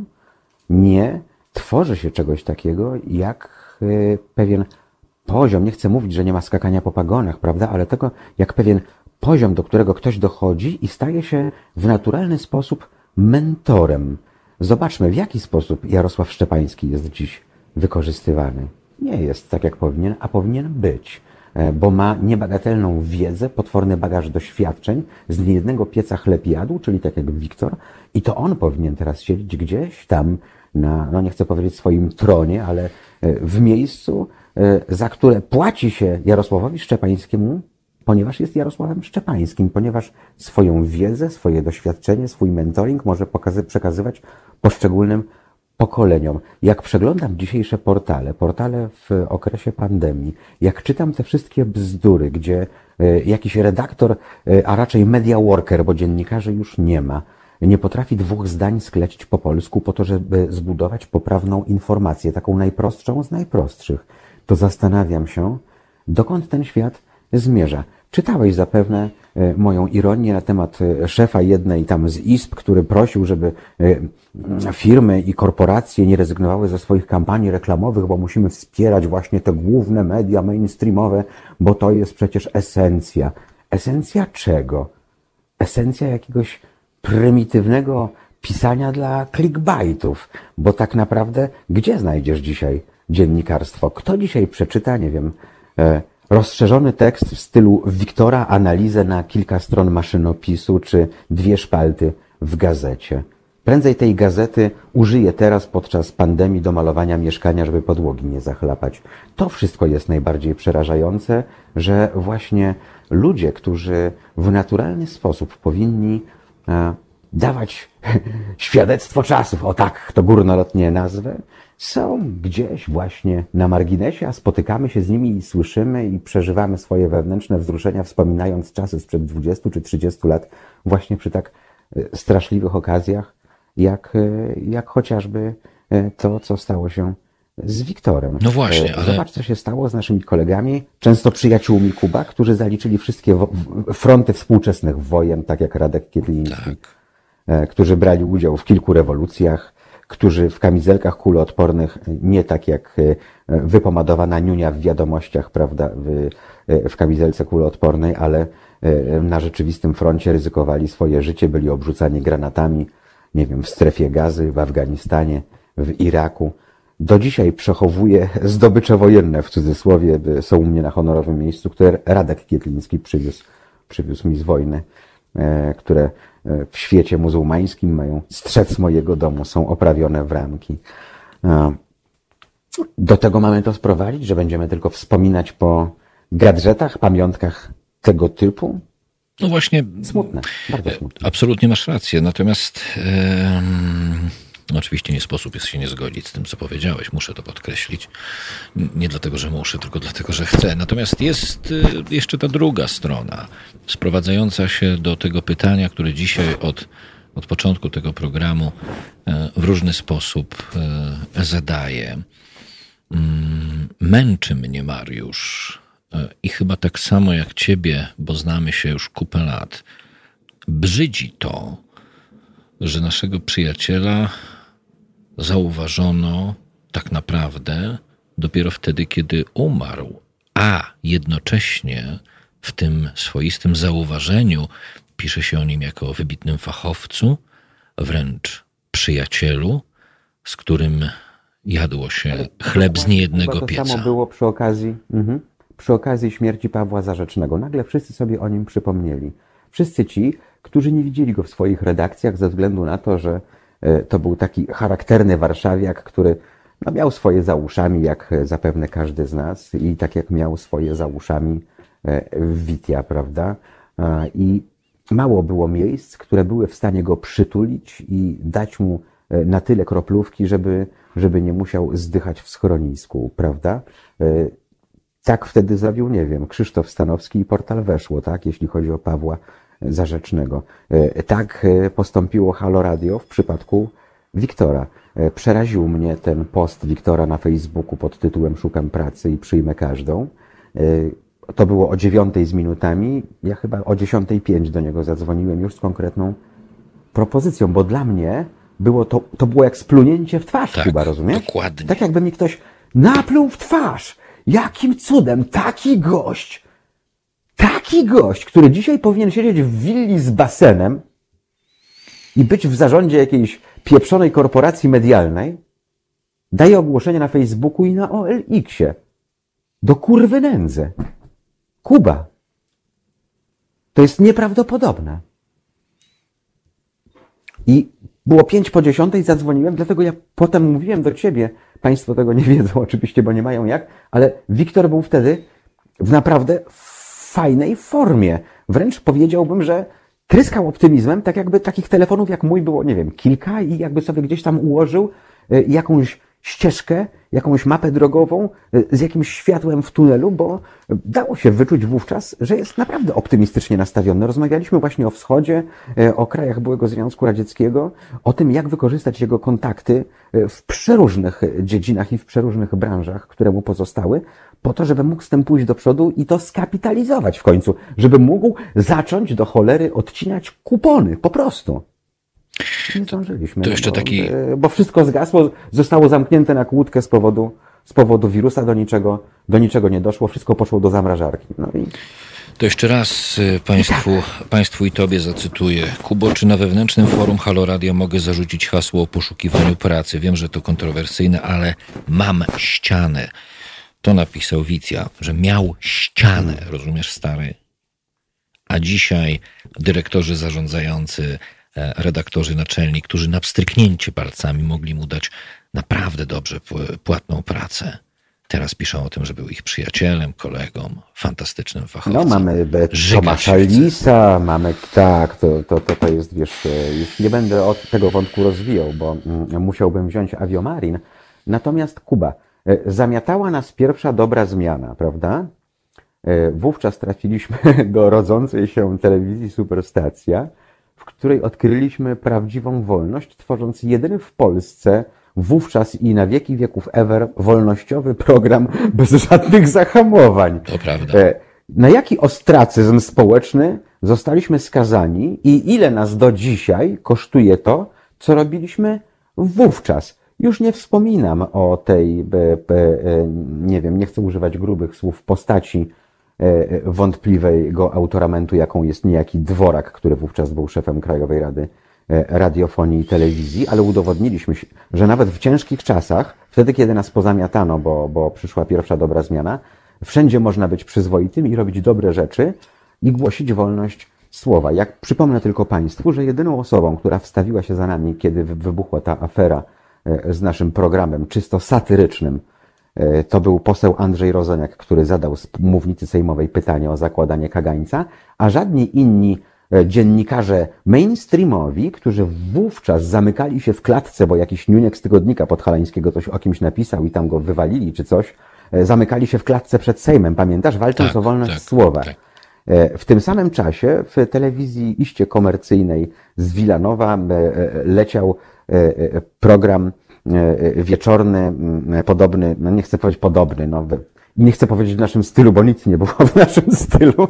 nie tworzy się czegoś takiego jak pewien poziom, nie chcę mówić, że nie ma skakania po pagonach, prawda, ale tego jak pewien poziom, do którego ktoś dochodzi i staje się w naturalny sposób mentorem. Zobaczmy, w jaki sposób Jarosław Szczepański jest dziś wykorzystywany. Nie jest tak, jak powinien, a powinien być, bo ma niebagatelną wiedzę, potworny bagaż doświadczeń, z niejednego pieca chleb jadł, czyli tak jak Wiktor, i to on powinien teraz siedzieć gdzieś tam na, no nie chcę powiedzieć swoim tronie, ale w miejscu, za które płaci się Jarosławowi Szczepańskiemu, ponieważ jest Jarosławem Szczepańskim, ponieważ swoją wiedzę, swoje doświadczenie, swój mentoring może pokazy- przekazywać poszczególnym pokoleniom. Jak przeglądam dzisiejsze portale, portale w okresie pandemii, jak czytam te wszystkie bzdury, gdzie y, jakiś redaktor, y, a raczej media worker, bo dziennikarzy już nie ma, nie potrafi dwóch zdań sklecić po polsku po to, żeby zbudować poprawną informację, taką najprostszą z najprostszych, to zastanawiam się, dokąd ten świat zmierza. Czytałeś zapewne moją ironię na temat szefa jednej tam z izb, który prosił, żeby firmy i korporacje nie rezygnowały ze swoich kampanii reklamowych, bo musimy wspierać właśnie te główne media mainstreamowe, bo to jest przecież esencja. Esencja czego? Esencja jakiegoś prymitywnego pisania dla clickbaitów, bo tak naprawdę gdzie znajdziesz dzisiaj dziennikarstwo? Kto dzisiaj przeczyta, nie wiem, rozszerzony tekst w stylu Wiktora, analizę na kilka stron maszynopisu czy dwie szpalty w gazecie. Prędzej tej gazety użyję teraz podczas pandemii do malowania mieszkania, żeby podłogi nie zachlapać. To wszystko jest najbardziej przerażające, że właśnie ludzie, którzy w naturalny sposób powinni e, dawać świadectwo czasów, o tak to górnolotnie nazwę, są gdzieś właśnie na marginesie, a spotykamy się z nimi i słyszymy i przeżywamy swoje wewnętrzne wzruszenia, wspominając czasy sprzed dwudziestu czy trzydziestu lat właśnie przy tak straszliwych okazjach, jak, jak chociażby to, co stało się z Wiktorem. No właśnie, ale... Zobacz, co się stało z naszymi kolegami, często przyjaciółmi Kuba, którzy zaliczyli wszystkie wo- fronty współczesnych wojen, tak jak Radek Kietliński, tak. Którzy brali udział w kilku rewolucjach, którzy w kamizelkach kuloodpornych, nie tak jak wypomadowana niunia w wiadomościach, prawda, w, w kamizelce kuloodpornej, ale na rzeczywistym froncie ryzykowali swoje życie, byli obrzucani granatami, nie wiem, w strefie Gazy, w Afganistanie, w Iraku. Do dzisiaj przechowuję zdobycze wojenne, w cudzysłowie, są u mnie na honorowym miejscu, które Radek Kietliński przywiózł, przywiózł mi z wojny, które w świecie muzułmańskim mają strzec mojego domu, są oprawione w ramki. Do tego mamy to sprowadzić, że będziemy tylko wspominać po gadżetach, pamiątkach tego typu? No właśnie. Smutne, bardzo smutne. Absolutnie masz rację, natomiast e, oczywiście nie sposób jest się nie zgodzić z tym, co powiedziałeś. Muszę to podkreślić. Nie dlatego, że muszę, tylko dlatego, że chcę. Natomiast jest e, jeszcze ta druga strona, sprowadzająca się do tego pytania, które dzisiaj od, od początku tego programu e, w różny sposób e, zadaję. Mm, męczy mnie, Mariusz, i chyba tak samo jak ciebie, bo znamy się już kupę lat, brzydzi to, że naszego przyjaciela zauważono tak naprawdę dopiero wtedy, kiedy umarł, a jednocześnie w tym swoistym zauważeniu pisze się o nim jako o wybitnym fachowcu, wręcz przyjacielu, z którym jadło się chleb z niejednego to pieca. To samo było przy okazji... Mhm. Przy okazji śmierci Pawła Zarzecznego. Nagle wszyscy sobie o nim przypomnieli. Wszyscy ci, którzy nie widzieli go w swoich redakcjach ze względu na to, że to był taki charakterny warszawiak, który no, miał swoje za uszami, jak zapewne każdy z nas, i tak jak miał swoje za uszami Witia, prawda? I mało było miejsc, które były w stanie go przytulić i dać mu na tyle kroplówki, żeby, żeby nie musiał zdychać w schronisku, prawda? Tak wtedy zrobił, nie wiem, Krzysztof Stanowski i Portal Weszło, tak, jeśli chodzi o Pawła Zarzecznego. Tak postąpiło Halo Radio w przypadku Wiktora. Przeraził mnie ten post Wiktora na Facebooku pod tytułem Szukam pracy i przyjmę każdą. To było o dziewiątej z minutami. Ja chyba o dziesiątej pięć do niego zadzwoniłem już z konkretną propozycją, bo dla mnie było to, to było jak splunięcie w twarz, tak, chyba, rozumiesz? Dokładnie. Tak jakby mi ktoś napluł w twarz. Jakim cudem taki gość, taki gość, który dzisiaj powinien siedzieć w willi z basenem i być w zarządzie jakiejś pieprzonej korporacji medialnej, daje ogłoszenie na Facebooku i na O L X-ie. Do kurwy nędzy. Kuba. To jest nieprawdopodobne. I było pięć po dziesiątej, zadzwoniłem, dlatego ja potem mówiłem do ciebie, państwo tego nie wiedzą oczywiście, bo nie mają jak, ale Wiktor był wtedy w naprawdę fajnej formie. Wręcz powiedziałbym, że tryskał optymizmem, tak jakby takich telefonów jak mój było, nie wiem, kilka i jakby sobie gdzieś tam ułożył jakąś ścieżkę, jakąś mapę drogową z jakimś światłem w tunelu, bo dało się wyczuć wówczas, że jest naprawdę optymistycznie nastawiony. Rozmawialiśmy właśnie o wschodzie, o krajach byłego Związku Radzieckiego, o tym, jak wykorzystać jego kontakty w przeróżnych dziedzinach i w przeróżnych branżach, które mu pozostały, po to, żeby mógł z tym pójść do przodu i to skapitalizować w końcu, żeby mógł zacząć do cholery odcinać kupony, po prostu. Nie zdążyliśmy. To jeszcze bo, taki... Bo wszystko zgasło, zostało zamknięte na kłódkę z powodu, z powodu wirusa, do niczego, do niczego nie doszło, wszystko poszło do zamrażarki. No i... To jeszcze raz państwu, państwu i tobie zacytuję. Kubo, czy na wewnętrznym forum Halo Radio mogę zarzucić hasło o poszukiwaniu pracy? Wiem, że to kontrowersyjne, ale mam ścianę. To napisał Witia, że miał ścianę, rozumiesz, stary? A dzisiaj dyrektorzy zarządzający, redaktorzy naczelni, którzy na pstryknięcie palcami mogli mu dać naprawdę dobrze płatną pracę. Teraz piszą o tym, że był ich przyjacielem, kolegą, fantastycznym fachowcem. No mamy Tomasza Lisa, mamy, tak, to, to, to, to jest, wiesz, już nie będę od tego wątku rozwijał, bo musiałbym wziąć Aviomarin. Natomiast Kuba, zamiatała nas pierwsza dobra zmiana, prawda? Wówczas trafiliśmy do rodzącej się telewizji Superstacja, w której odkryliśmy prawdziwą wolność, tworząc jedyny w Polsce wówczas i na wieki wieków ever wolnościowy program bez żadnych zahamowań. To prawda. Na jaki ostracyzm społeczny zostaliśmy skazani i ile nas do dzisiaj kosztuje to, co robiliśmy wówczas? Już nie wspominam o tej, nie wiem, nie chcę używać grubych słów, postaci wątpliwego autoramentu, jaką jest niejaki Dworak, który wówczas był szefem Krajowej Rady Radiofonii i Telewizji, ale udowodniliśmy, że nawet w ciężkich czasach, wtedy kiedy nas pozamiatano, bo, bo przyszła pierwsza dobra zmiana, wszędzie można być przyzwoitym i robić dobre rzeczy i głosić wolność słowa. Jak przypomnę tylko Państwu, że jedyną osobą, która wstawiła się za nami, kiedy wybuchła ta afera z naszym programem czysto satyrycznym. To był poseł Andrzej Rozeniak, który zadał z mównicy sejmowej pytanie o zakładanie kagańca, a żadni inni dziennikarze mainstreamowi, którzy wówczas zamykali się w klatce, bo jakiś niuniek z tygodnika podhalańskiego coś o kimś napisał i tam go wywalili czy coś, zamykali się w klatce przed Sejmem, pamiętasz? Walcząc tak, o wolność tak, słowa. Tak. W tym samym czasie w telewizji iście komercyjnej z Wilanowa leciał program wieczorny, podobny, no nie chcę powiedzieć podobny, no nie chcę powiedzieć w naszym stylu, bo nic nie było w naszym stylu,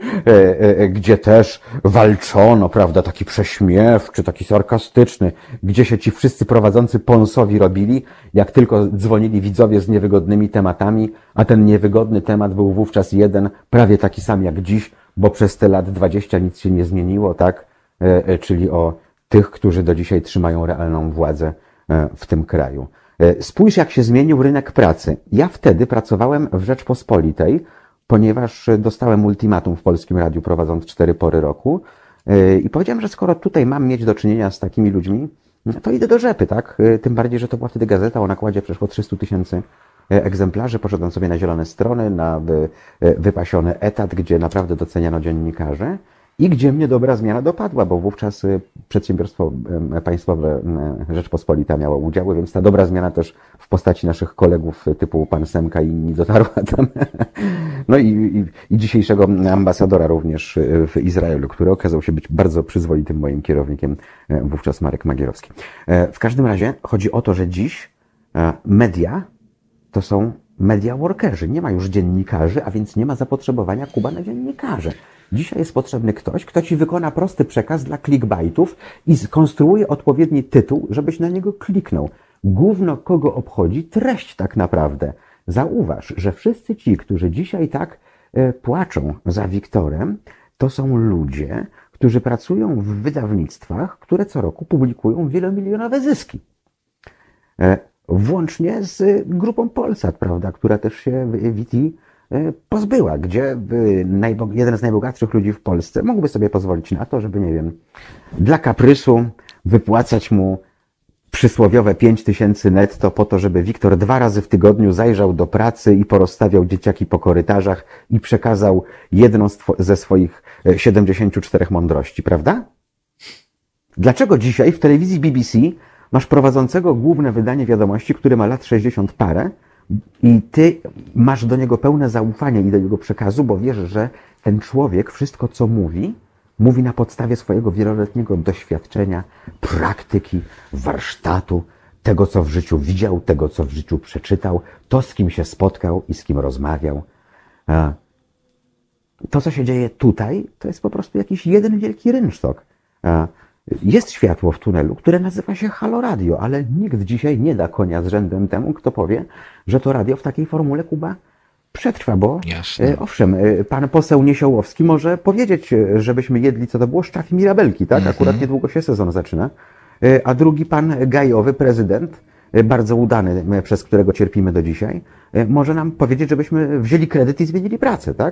gdzie też walczono, prawda, taki prześmiewczy, taki sarkastyczny, gdzie się ci wszyscy prowadzący ponsowi robili, jak tylko dzwonili widzowie z niewygodnymi tematami, a ten niewygodny temat był wówczas jeden, prawie taki sam jak dziś, bo przez te lat dwadzieścia nic się nie zmieniło, tak, czyli o tych, którzy do dzisiaj trzymają realną władzę w tym kraju. Spójrz, jak się zmienił rynek pracy. Ja wtedy pracowałem w Rzeczpospolitej, ponieważ dostałem ultimatum w Polskim Radiu, prowadząc cztery pory roku, i powiedziałem, że skoro tutaj mam mieć do czynienia z takimi ludźmi, to idę do Rzepy, tak? Tym bardziej, że to była wtedy gazeta o nakładzie przeszło trzystu tysięcy egzemplarzy. Poszedłem sobie na zielone strony, na wypasiony etat, gdzie naprawdę doceniano dziennikarzy. I gdzie mnie dobra zmiana dopadła, bo wówczas przedsiębiorstwo państwowe Rzeczpospolita miało udziały, więc ta dobra zmiana też w postaci naszych kolegów typu pan Semka i inni dotarła tam. No i, i, i dzisiejszego ambasadora również w Izraelu, który okazał się być bardzo przyzwoitym moim kierownikiem, wówczas Marek Magierowski. W każdym razie chodzi o to, że dziś media to są media workerzy. Nie ma już dziennikarzy, a więc nie ma zapotrzebowania, Kuba, na dziennikarzy. Dzisiaj jest potrzebny ktoś, kto ci wykona prosty przekaz dla clickbaitów i skonstruuje odpowiedni tytuł, żebyś na niego kliknął. Gówno kogo obchodzi treść tak naprawdę. Zauważ, że wszyscy ci, którzy dzisiaj tak e, płaczą za Wiktorem, to są ludzie, którzy pracują w wydawnictwach, które co roku publikują wielomilionowe zyski. E, włącznie z grupą Polsat, prawda, która też się V T pozbyła, gdzie jeden z najbogatszych ludzi w Polsce mógłby sobie pozwolić na to, żeby, nie wiem, dla kaprysu wypłacać mu przysłowiowe pięć tysięcy netto po to, żeby Wiktor dwa razy w tygodniu zajrzał do pracy i porozstawiał dzieciaki po korytarzach i przekazał jedną ze swoich siedemdziesięciu czterech mądrości, prawda? Dlaczego dzisiaj w telewizji B B C masz prowadzącego główne wydanie wiadomości, który ma lat sześćdziesiąt parę, i ty masz do niego pełne zaufanie i do jego przekazu, bo wiesz, że ten człowiek wszystko, co mówi, mówi na podstawie swojego wieloletniego doświadczenia, praktyki, warsztatu, tego, co w życiu widział, tego, co w życiu przeczytał, to, z kim się spotkał i z kim rozmawiał. To, co się dzieje tutaj, to jest po prostu jakiś jeden wielki rynsztok. Jest światło w tunelu, które nazywa się Halo Radio, ale nikt dzisiaj nie da konia z rzędem temu, kto powie, że to radio w takiej formule, Kuba, przetrwa, bo Jasne. Owszem, pan poseł Niesiołowski może powiedzieć, żebyśmy jedli, co to było, szczaw i mirabelki, tak? Akurat mm-hmm. niedługo się sezon zaczyna. A drugi pan Gajowy, prezydent, bardzo udany, przez którego cierpimy do dzisiaj, może nam powiedzieć, żebyśmy wzięli kredyt i zmienili pracę, tak?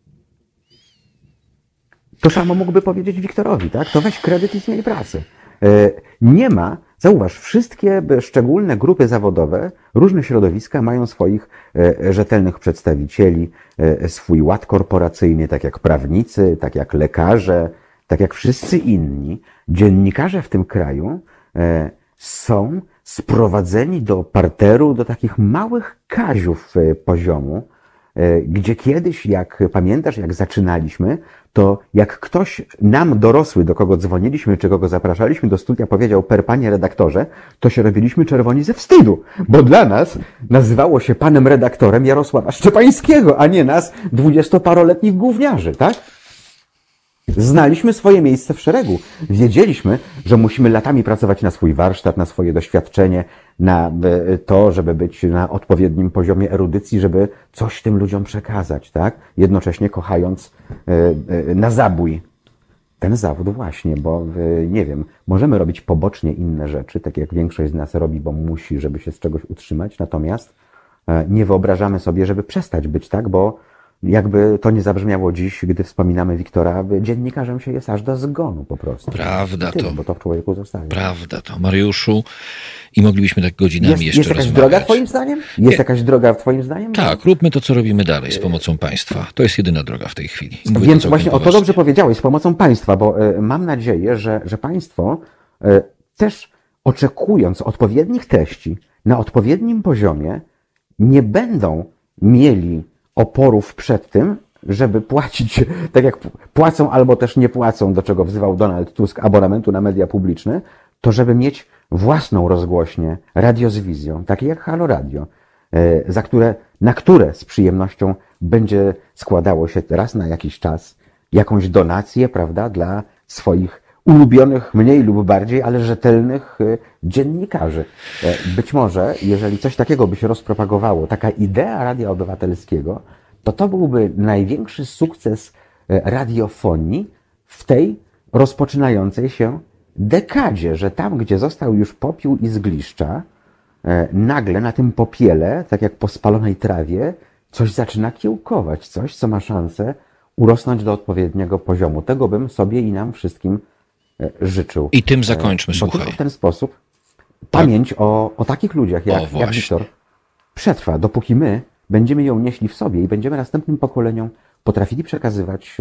To samo mógłby powiedzieć Wiktorowi, tak? To weź kredyt i zmień pracę. Nie ma, zauważ, wszystkie szczególne grupy zawodowe, różne środowiska mają swoich rzetelnych przedstawicieli, swój ład korporacyjny, tak jak prawnicy, tak jak lekarze, tak jak wszyscy inni. Dziennikarze w tym kraju są sprowadzeni do parteru, do takich małych kaziów poziomu, gdzie kiedyś, jak pamiętasz, jak zaczynaliśmy, to jak ktoś nam dorosły, do kogo dzwoniliśmy, czy kogo zapraszaliśmy do studia, powiedział per panie redaktorze, to się robiliśmy czerwoni ze wstydu, bo dla nas nazywało się panem redaktorem Jarosława Szczepańskiego, a nie nas dwudziestoparoletnich gówniarzy, tak? Znaliśmy swoje miejsce w szeregu. Wiedzieliśmy, że musimy latami pracować na swój warsztat, na swoje doświadczenie, na to, żeby być na odpowiednim poziomie erudycji, żeby coś tym ludziom przekazać, tak? Jednocześnie kochając na zabój ten zawód właśnie, bo nie wiem, możemy robić pobocznie inne rzeczy, tak jak większość z nas robi, bo musi, żeby się z czegoś utrzymać, natomiast nie wyobrażamy sobie, żeby przestać być, tak? Bo jakby to nie zabrzmiało dziś, gdy wspominamy Wiktora, dziennikarzem się jest aż do zgonu po prostu. Prawda Tyle, to. Bo to w człowieku zostaje. Prawda to, Mariuszu. I moglibyśmy tak godzinami jest, jeszcze jest jakaś rozmawiać. droga twoim zdaniem? Jest Nie. jakaś droga twoim zdaniem? Tak, róbmy to, co robimy dalej z pomocą państwa. To jest jedyna droga w tej chwili. Mówię Więc to właśnie o to poważnie. dobrze powiedziałeś, z pomocą państwa, bo y, mam nadzieję, że, że państwo y, też oczekując odpowiednich treści na odpowiednim poziomie nie będą mieli oporów przed tym, żeby płacić, tak jak płacą albo też nie płacą, do czego wzywał Donald Tusk, abonamentu na media publiczne, to żeby mieć własną rozgłośnię, radio z wizją, takie jak Halo Radio, za które, na które z przyjemnością będzie składało się raz na jakiś czas jakąś donację, prawda, dla swoich ulubionych, mniej lub bardziej, ale rzetelnych dziennikarzy. Być może, jeżeli coś takiego by się rozpropagowało, taka idea Radia Obywatelskiego, to to byłby największy sukces radiofonii w tej rozpoczynającej się dekadzie, że tam, gdzie został już popiół i zgliszcza, nagle na tym popiele, tak jak po spalonej trawie, coś zaczyna kiełkować, coś, co ma szansę urosnąć do odpowiedniego poziomu. Tego bym sobie i nam wszystkim życzył. I tym zakończmy, Bo słuchaj. tylko w ten sposób pamięć o, o takich ludziach jak, jak Wiktor przetrwa, dopóki my będziemy ją nieśli w sobie i będziemy następnym pokoleniom potrafili przekazywać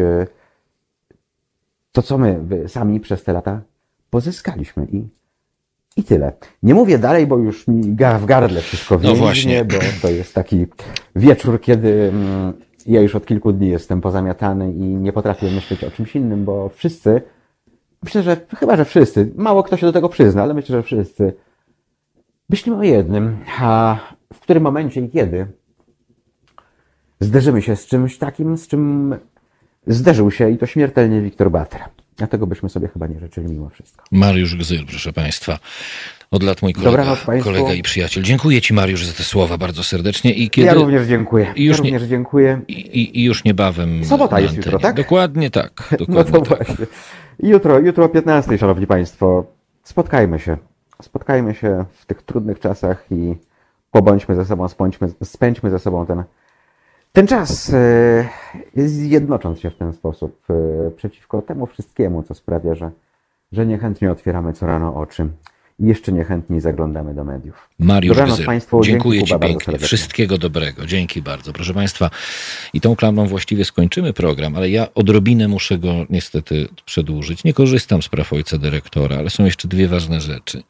to, co my sami przez te lata pozyskaliśmy. I, i tyle. Nie mówię dalej, bo już mi w gardle wszystko więźnie, no właśnie. Bo to jest taki wieczór, kiedy mm, ja już od kilku dni jestem pozamiatany i nie potrafię myśleć o czymś innym, bo wszyscy, myślę, że chyba, że wszyscy, mało kto się do tego przyzna, ale myślę, że wszyscy myślimy o jednym, a w którym momencie i kiedy zderzymy się z czymś takim, z czym zderzył się i to śmiertelnie Wiktor Batra. A tego byśmy sobie chyba nie życzyli mimo wszystko. Mariusz Gzyl, proszę państwa. Od lat mój kolega, kolega i przyjaciel. Dziękuję ci, Mariusz, za te słowa bardzo serdecznie. I kiedy... Ja również dziękuję. I już ja również nie... dziękuję. I, i, I już niebawem. Sobota jest jutro, tak? Dokładnie tak. Dokładnie no to tak. właśnie. Jutro, jutro o piętnastej, szanowni państwo, spotkajmy się. Spotkajmy się w tych trudnych czasach i pobądźmy ze sobą, spędźmy, spędźmy ze sobą ten Ten czas, jednocząc się w ten sposób przeciwko temu wszystkiemu, co sprawia, że, że niechętnie otwieramy co rano oczy i jeszcze niechętniej zaglądamy do mediów. Mariusz Dobranoc Gzyl, Państwu. dziękuję Dzięki, ci Kuba, pięknie. Wszystkiego dobrego. Dzięki bardzo. Proszę Państwa, i tą klamrą właściwie skończymy program, ale ja odrobinę muszę go niestety przedłużyć. Nie korzystam z praw ojca dyrektora, ale są jeszcze dwie ważne rzeczy.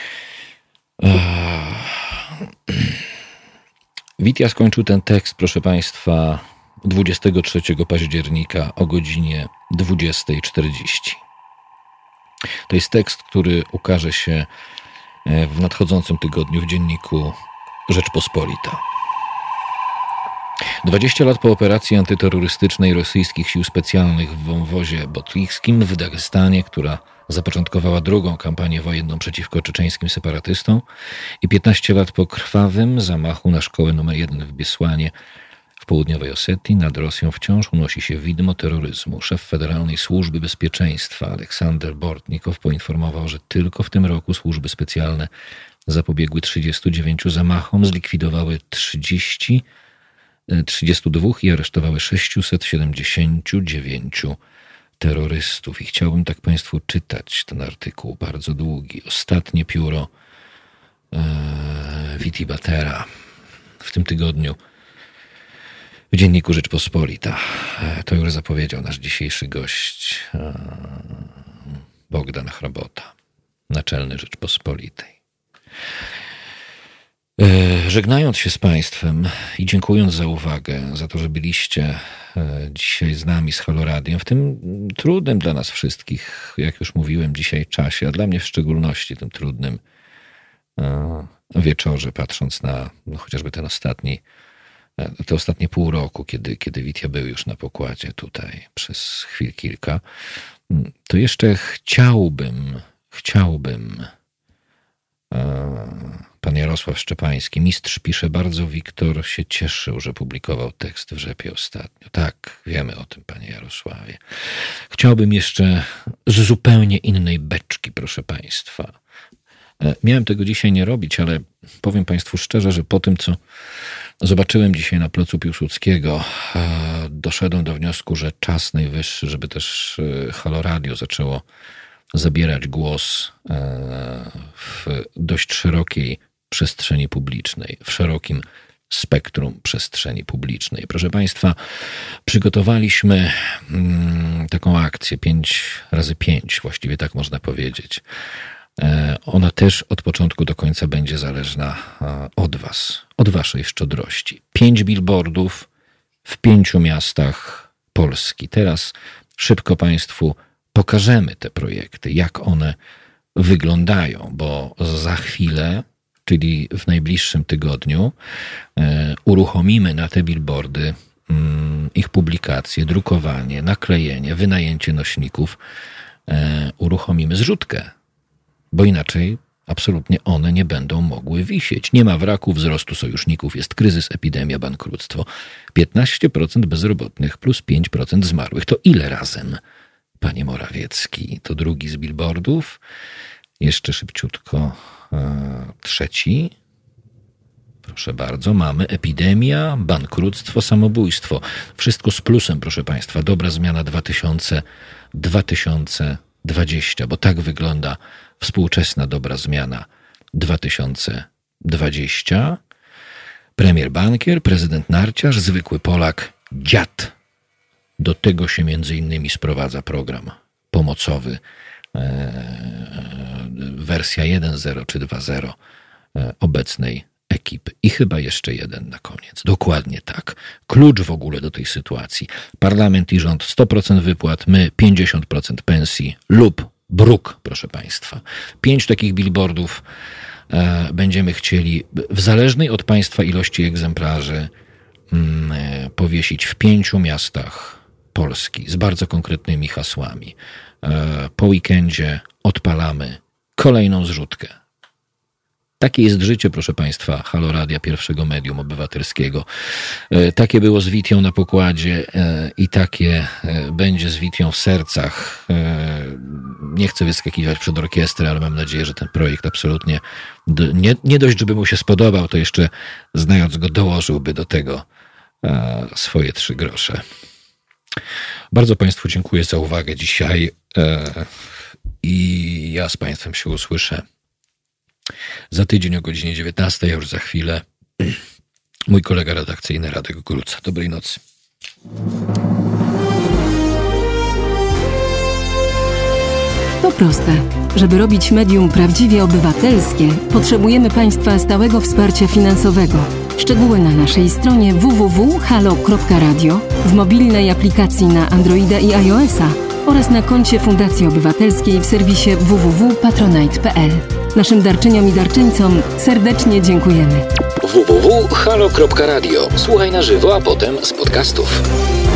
Witja skończył ten tekst, proszę Państwa, dwudziestego trzeciego października o godzinie dwudziesta czterdzieści. To jest tekst, który ukaże się w nadchodzącym tygodniu w dzienniku Rzeczpospolita. dwadzieścia lat po operacji antyterrorystycznej rosyjskich sił specjalnych w wąwozie botlijskim w Dagestanie, która zapoczątkowała drugą kampanię wojenną przeciwko czeczeńskim separatystom, i piętnaście lat po krwawym zamachu na szkołę numer jeden w Biesłanie w południowej Osetii nad Rosją wciąż unosi się widmo terroryzmu. Szef Federalnej Służby Bezpieczeństwa Aleksander Bortnikow poinformował, że tylko w tym roku służby specjalne zapobiegły trzydziestu dziewięciu zamachom, zlikwidowały trzydzieści, trzydziestu dwóch i aresztowały sześćset siedemdziesięciu dziewięciu terrorystów. I chciałbym tak Państwu czytać ten artykuł, bardzo długi. Ostatnie pióro e, Viti Batera w tym tygodniu w dzienniku Rzeczpospolita. E, to już zapowiedział nasz dzisiejszy gość e, Bogdan Hrabota, naczelny Rzeczpospolitej. Żegnając się z Państwem i dziękując za uwagę, za to, że byliście dzisiaj z nami, z Halo Radiem, w tym trudnym dla nas wszystkich, jak już mówiłem, dzisiaj czasie, a dla mnie w szczególności tym trudnym wieczorze, patrząc na no, chociażby ten ostatni, te ostatnie pół roku, kiedy, kiedy Witja był już na pokładzie tutaj przez chwil kilka, to jeszcze chciałbym, chciałbym Pan Jarosław Szczepański, mistrz pisze, bardzo Wiktor się cieszył, że publikował tekst w Rzepie ostatnio. Tak, wiemy o tym, panie Jarosławie. Chciałbym jeszcze z zupełnie innej beczki, proszę państwa. Miałem tego dzisiaj nie robić, ale powiem Państwu szczerze, że po tym, co zobaczyłem dzisiaj na placu Piłsudskiego, doszedłem do wniosku, że czas najwyższy, żeby też Halo Radio zaczęło zabierać głos w dość szerokiej przestrzeni publicznej, w szerokim spektrum przestrzeni publicznej. Proszę Państwa, przygotowaliśmy taką akcję pięć razy pięć, właściwie tak można powiedzieć. Ona też od początku do końca będzie zależna od Was, od Waszej szczodrości. Pięć billboardów w pięciu miastach Polski. Teraz szybko Państwu pokażemy te projekty, jak one wyglądają, bo za chwilę, czyli w najbliższym tygodniu, uruchomimy na te billboardy ich publikację, drukowanie, naklejenie, wynajęcie nośników. Uruchomimy zrzutkę, bo inaczej absolutnie one nie będą mogły wisieć. Nie ma wraku wzrostu sojuszników, jest kryzys, epidemia, bankructwo. piętnaście procent bezrobotnych plus pięć procent zmarłych. To ile razem, panie Morawiecki? To drugi z billboardów. Jeszcze szybciutko e, trzeci. Proszę bardzo, mamy epidemia, bankructwo, samobójstwo. Wszystko z plusem, proszę Państwa. Dobra zmiana dwa tysiące dwadzieścia, bo tak wygląda współczesna dobra zmiana dwa tysiące dwadzieścia. Premier bankier, prezydent narciarz, zwykły Polak, dziad. Do tego się między innymi sprowadza program pomocowy, e, wersja jeden zero czy dwa zero e, obecnej ekipy. I chyba jeszcze jeden na koniec. Dokładnie tak. Klucz w ogóle do tej sytuacji. Parlament i rząd sto procent wypłat, my pięćdziesiąt procent pensji lub bruk, proszę Państwa. Pięć takich billboardów e, będziemy chcieli w zależnej od Państwa ilości egzemplarzy mm, e, powiesić w pięciu miastach Polski z bardzo konkretnymi hasłami. E, po weekendzie odpalamy kolejną zrzutkę. Takie jest życie, proszę Państwa, Halo Radia, pierwszego medium obywatelskiego. Takie było z Witią na pokładzie i takie będzie z Witią w sercach. Nie chcę wyskakiwać przed orkiestrę, ale mam nadzieję, że ten projekt absolutnie nie, nie dość, żeby mu się spodobał, to jeszcze znając go dołożyłby do tego swoje trzy grosze. Bardzo Państwu dziękuję za uwagę dzisiaj i ja z Państwem się usłyszę za tydzień o godzinie dziewiętnastej, a już za chwilę mój kolega redakcyjny Radek Gruca. Dobrej nocy. To proste. Żeby robić medium prawdziwie obywatelskie, potrzebujemy Państwa stałego wsparcia finansowego. Szczegóły na naszej stronie w w w kropka halo kropka radio, w mobilnej aplikacji na Androida i iOS-a oraz na koncie Fundacji Obywatelskiej w serwisie w w w kropka patronite kropka p l. Naszym darczyniom i darczyńcom serdecznie dziękujemy. w w w kropka halo kropka radio. Słuchaj na żywo, a potem z podcastów.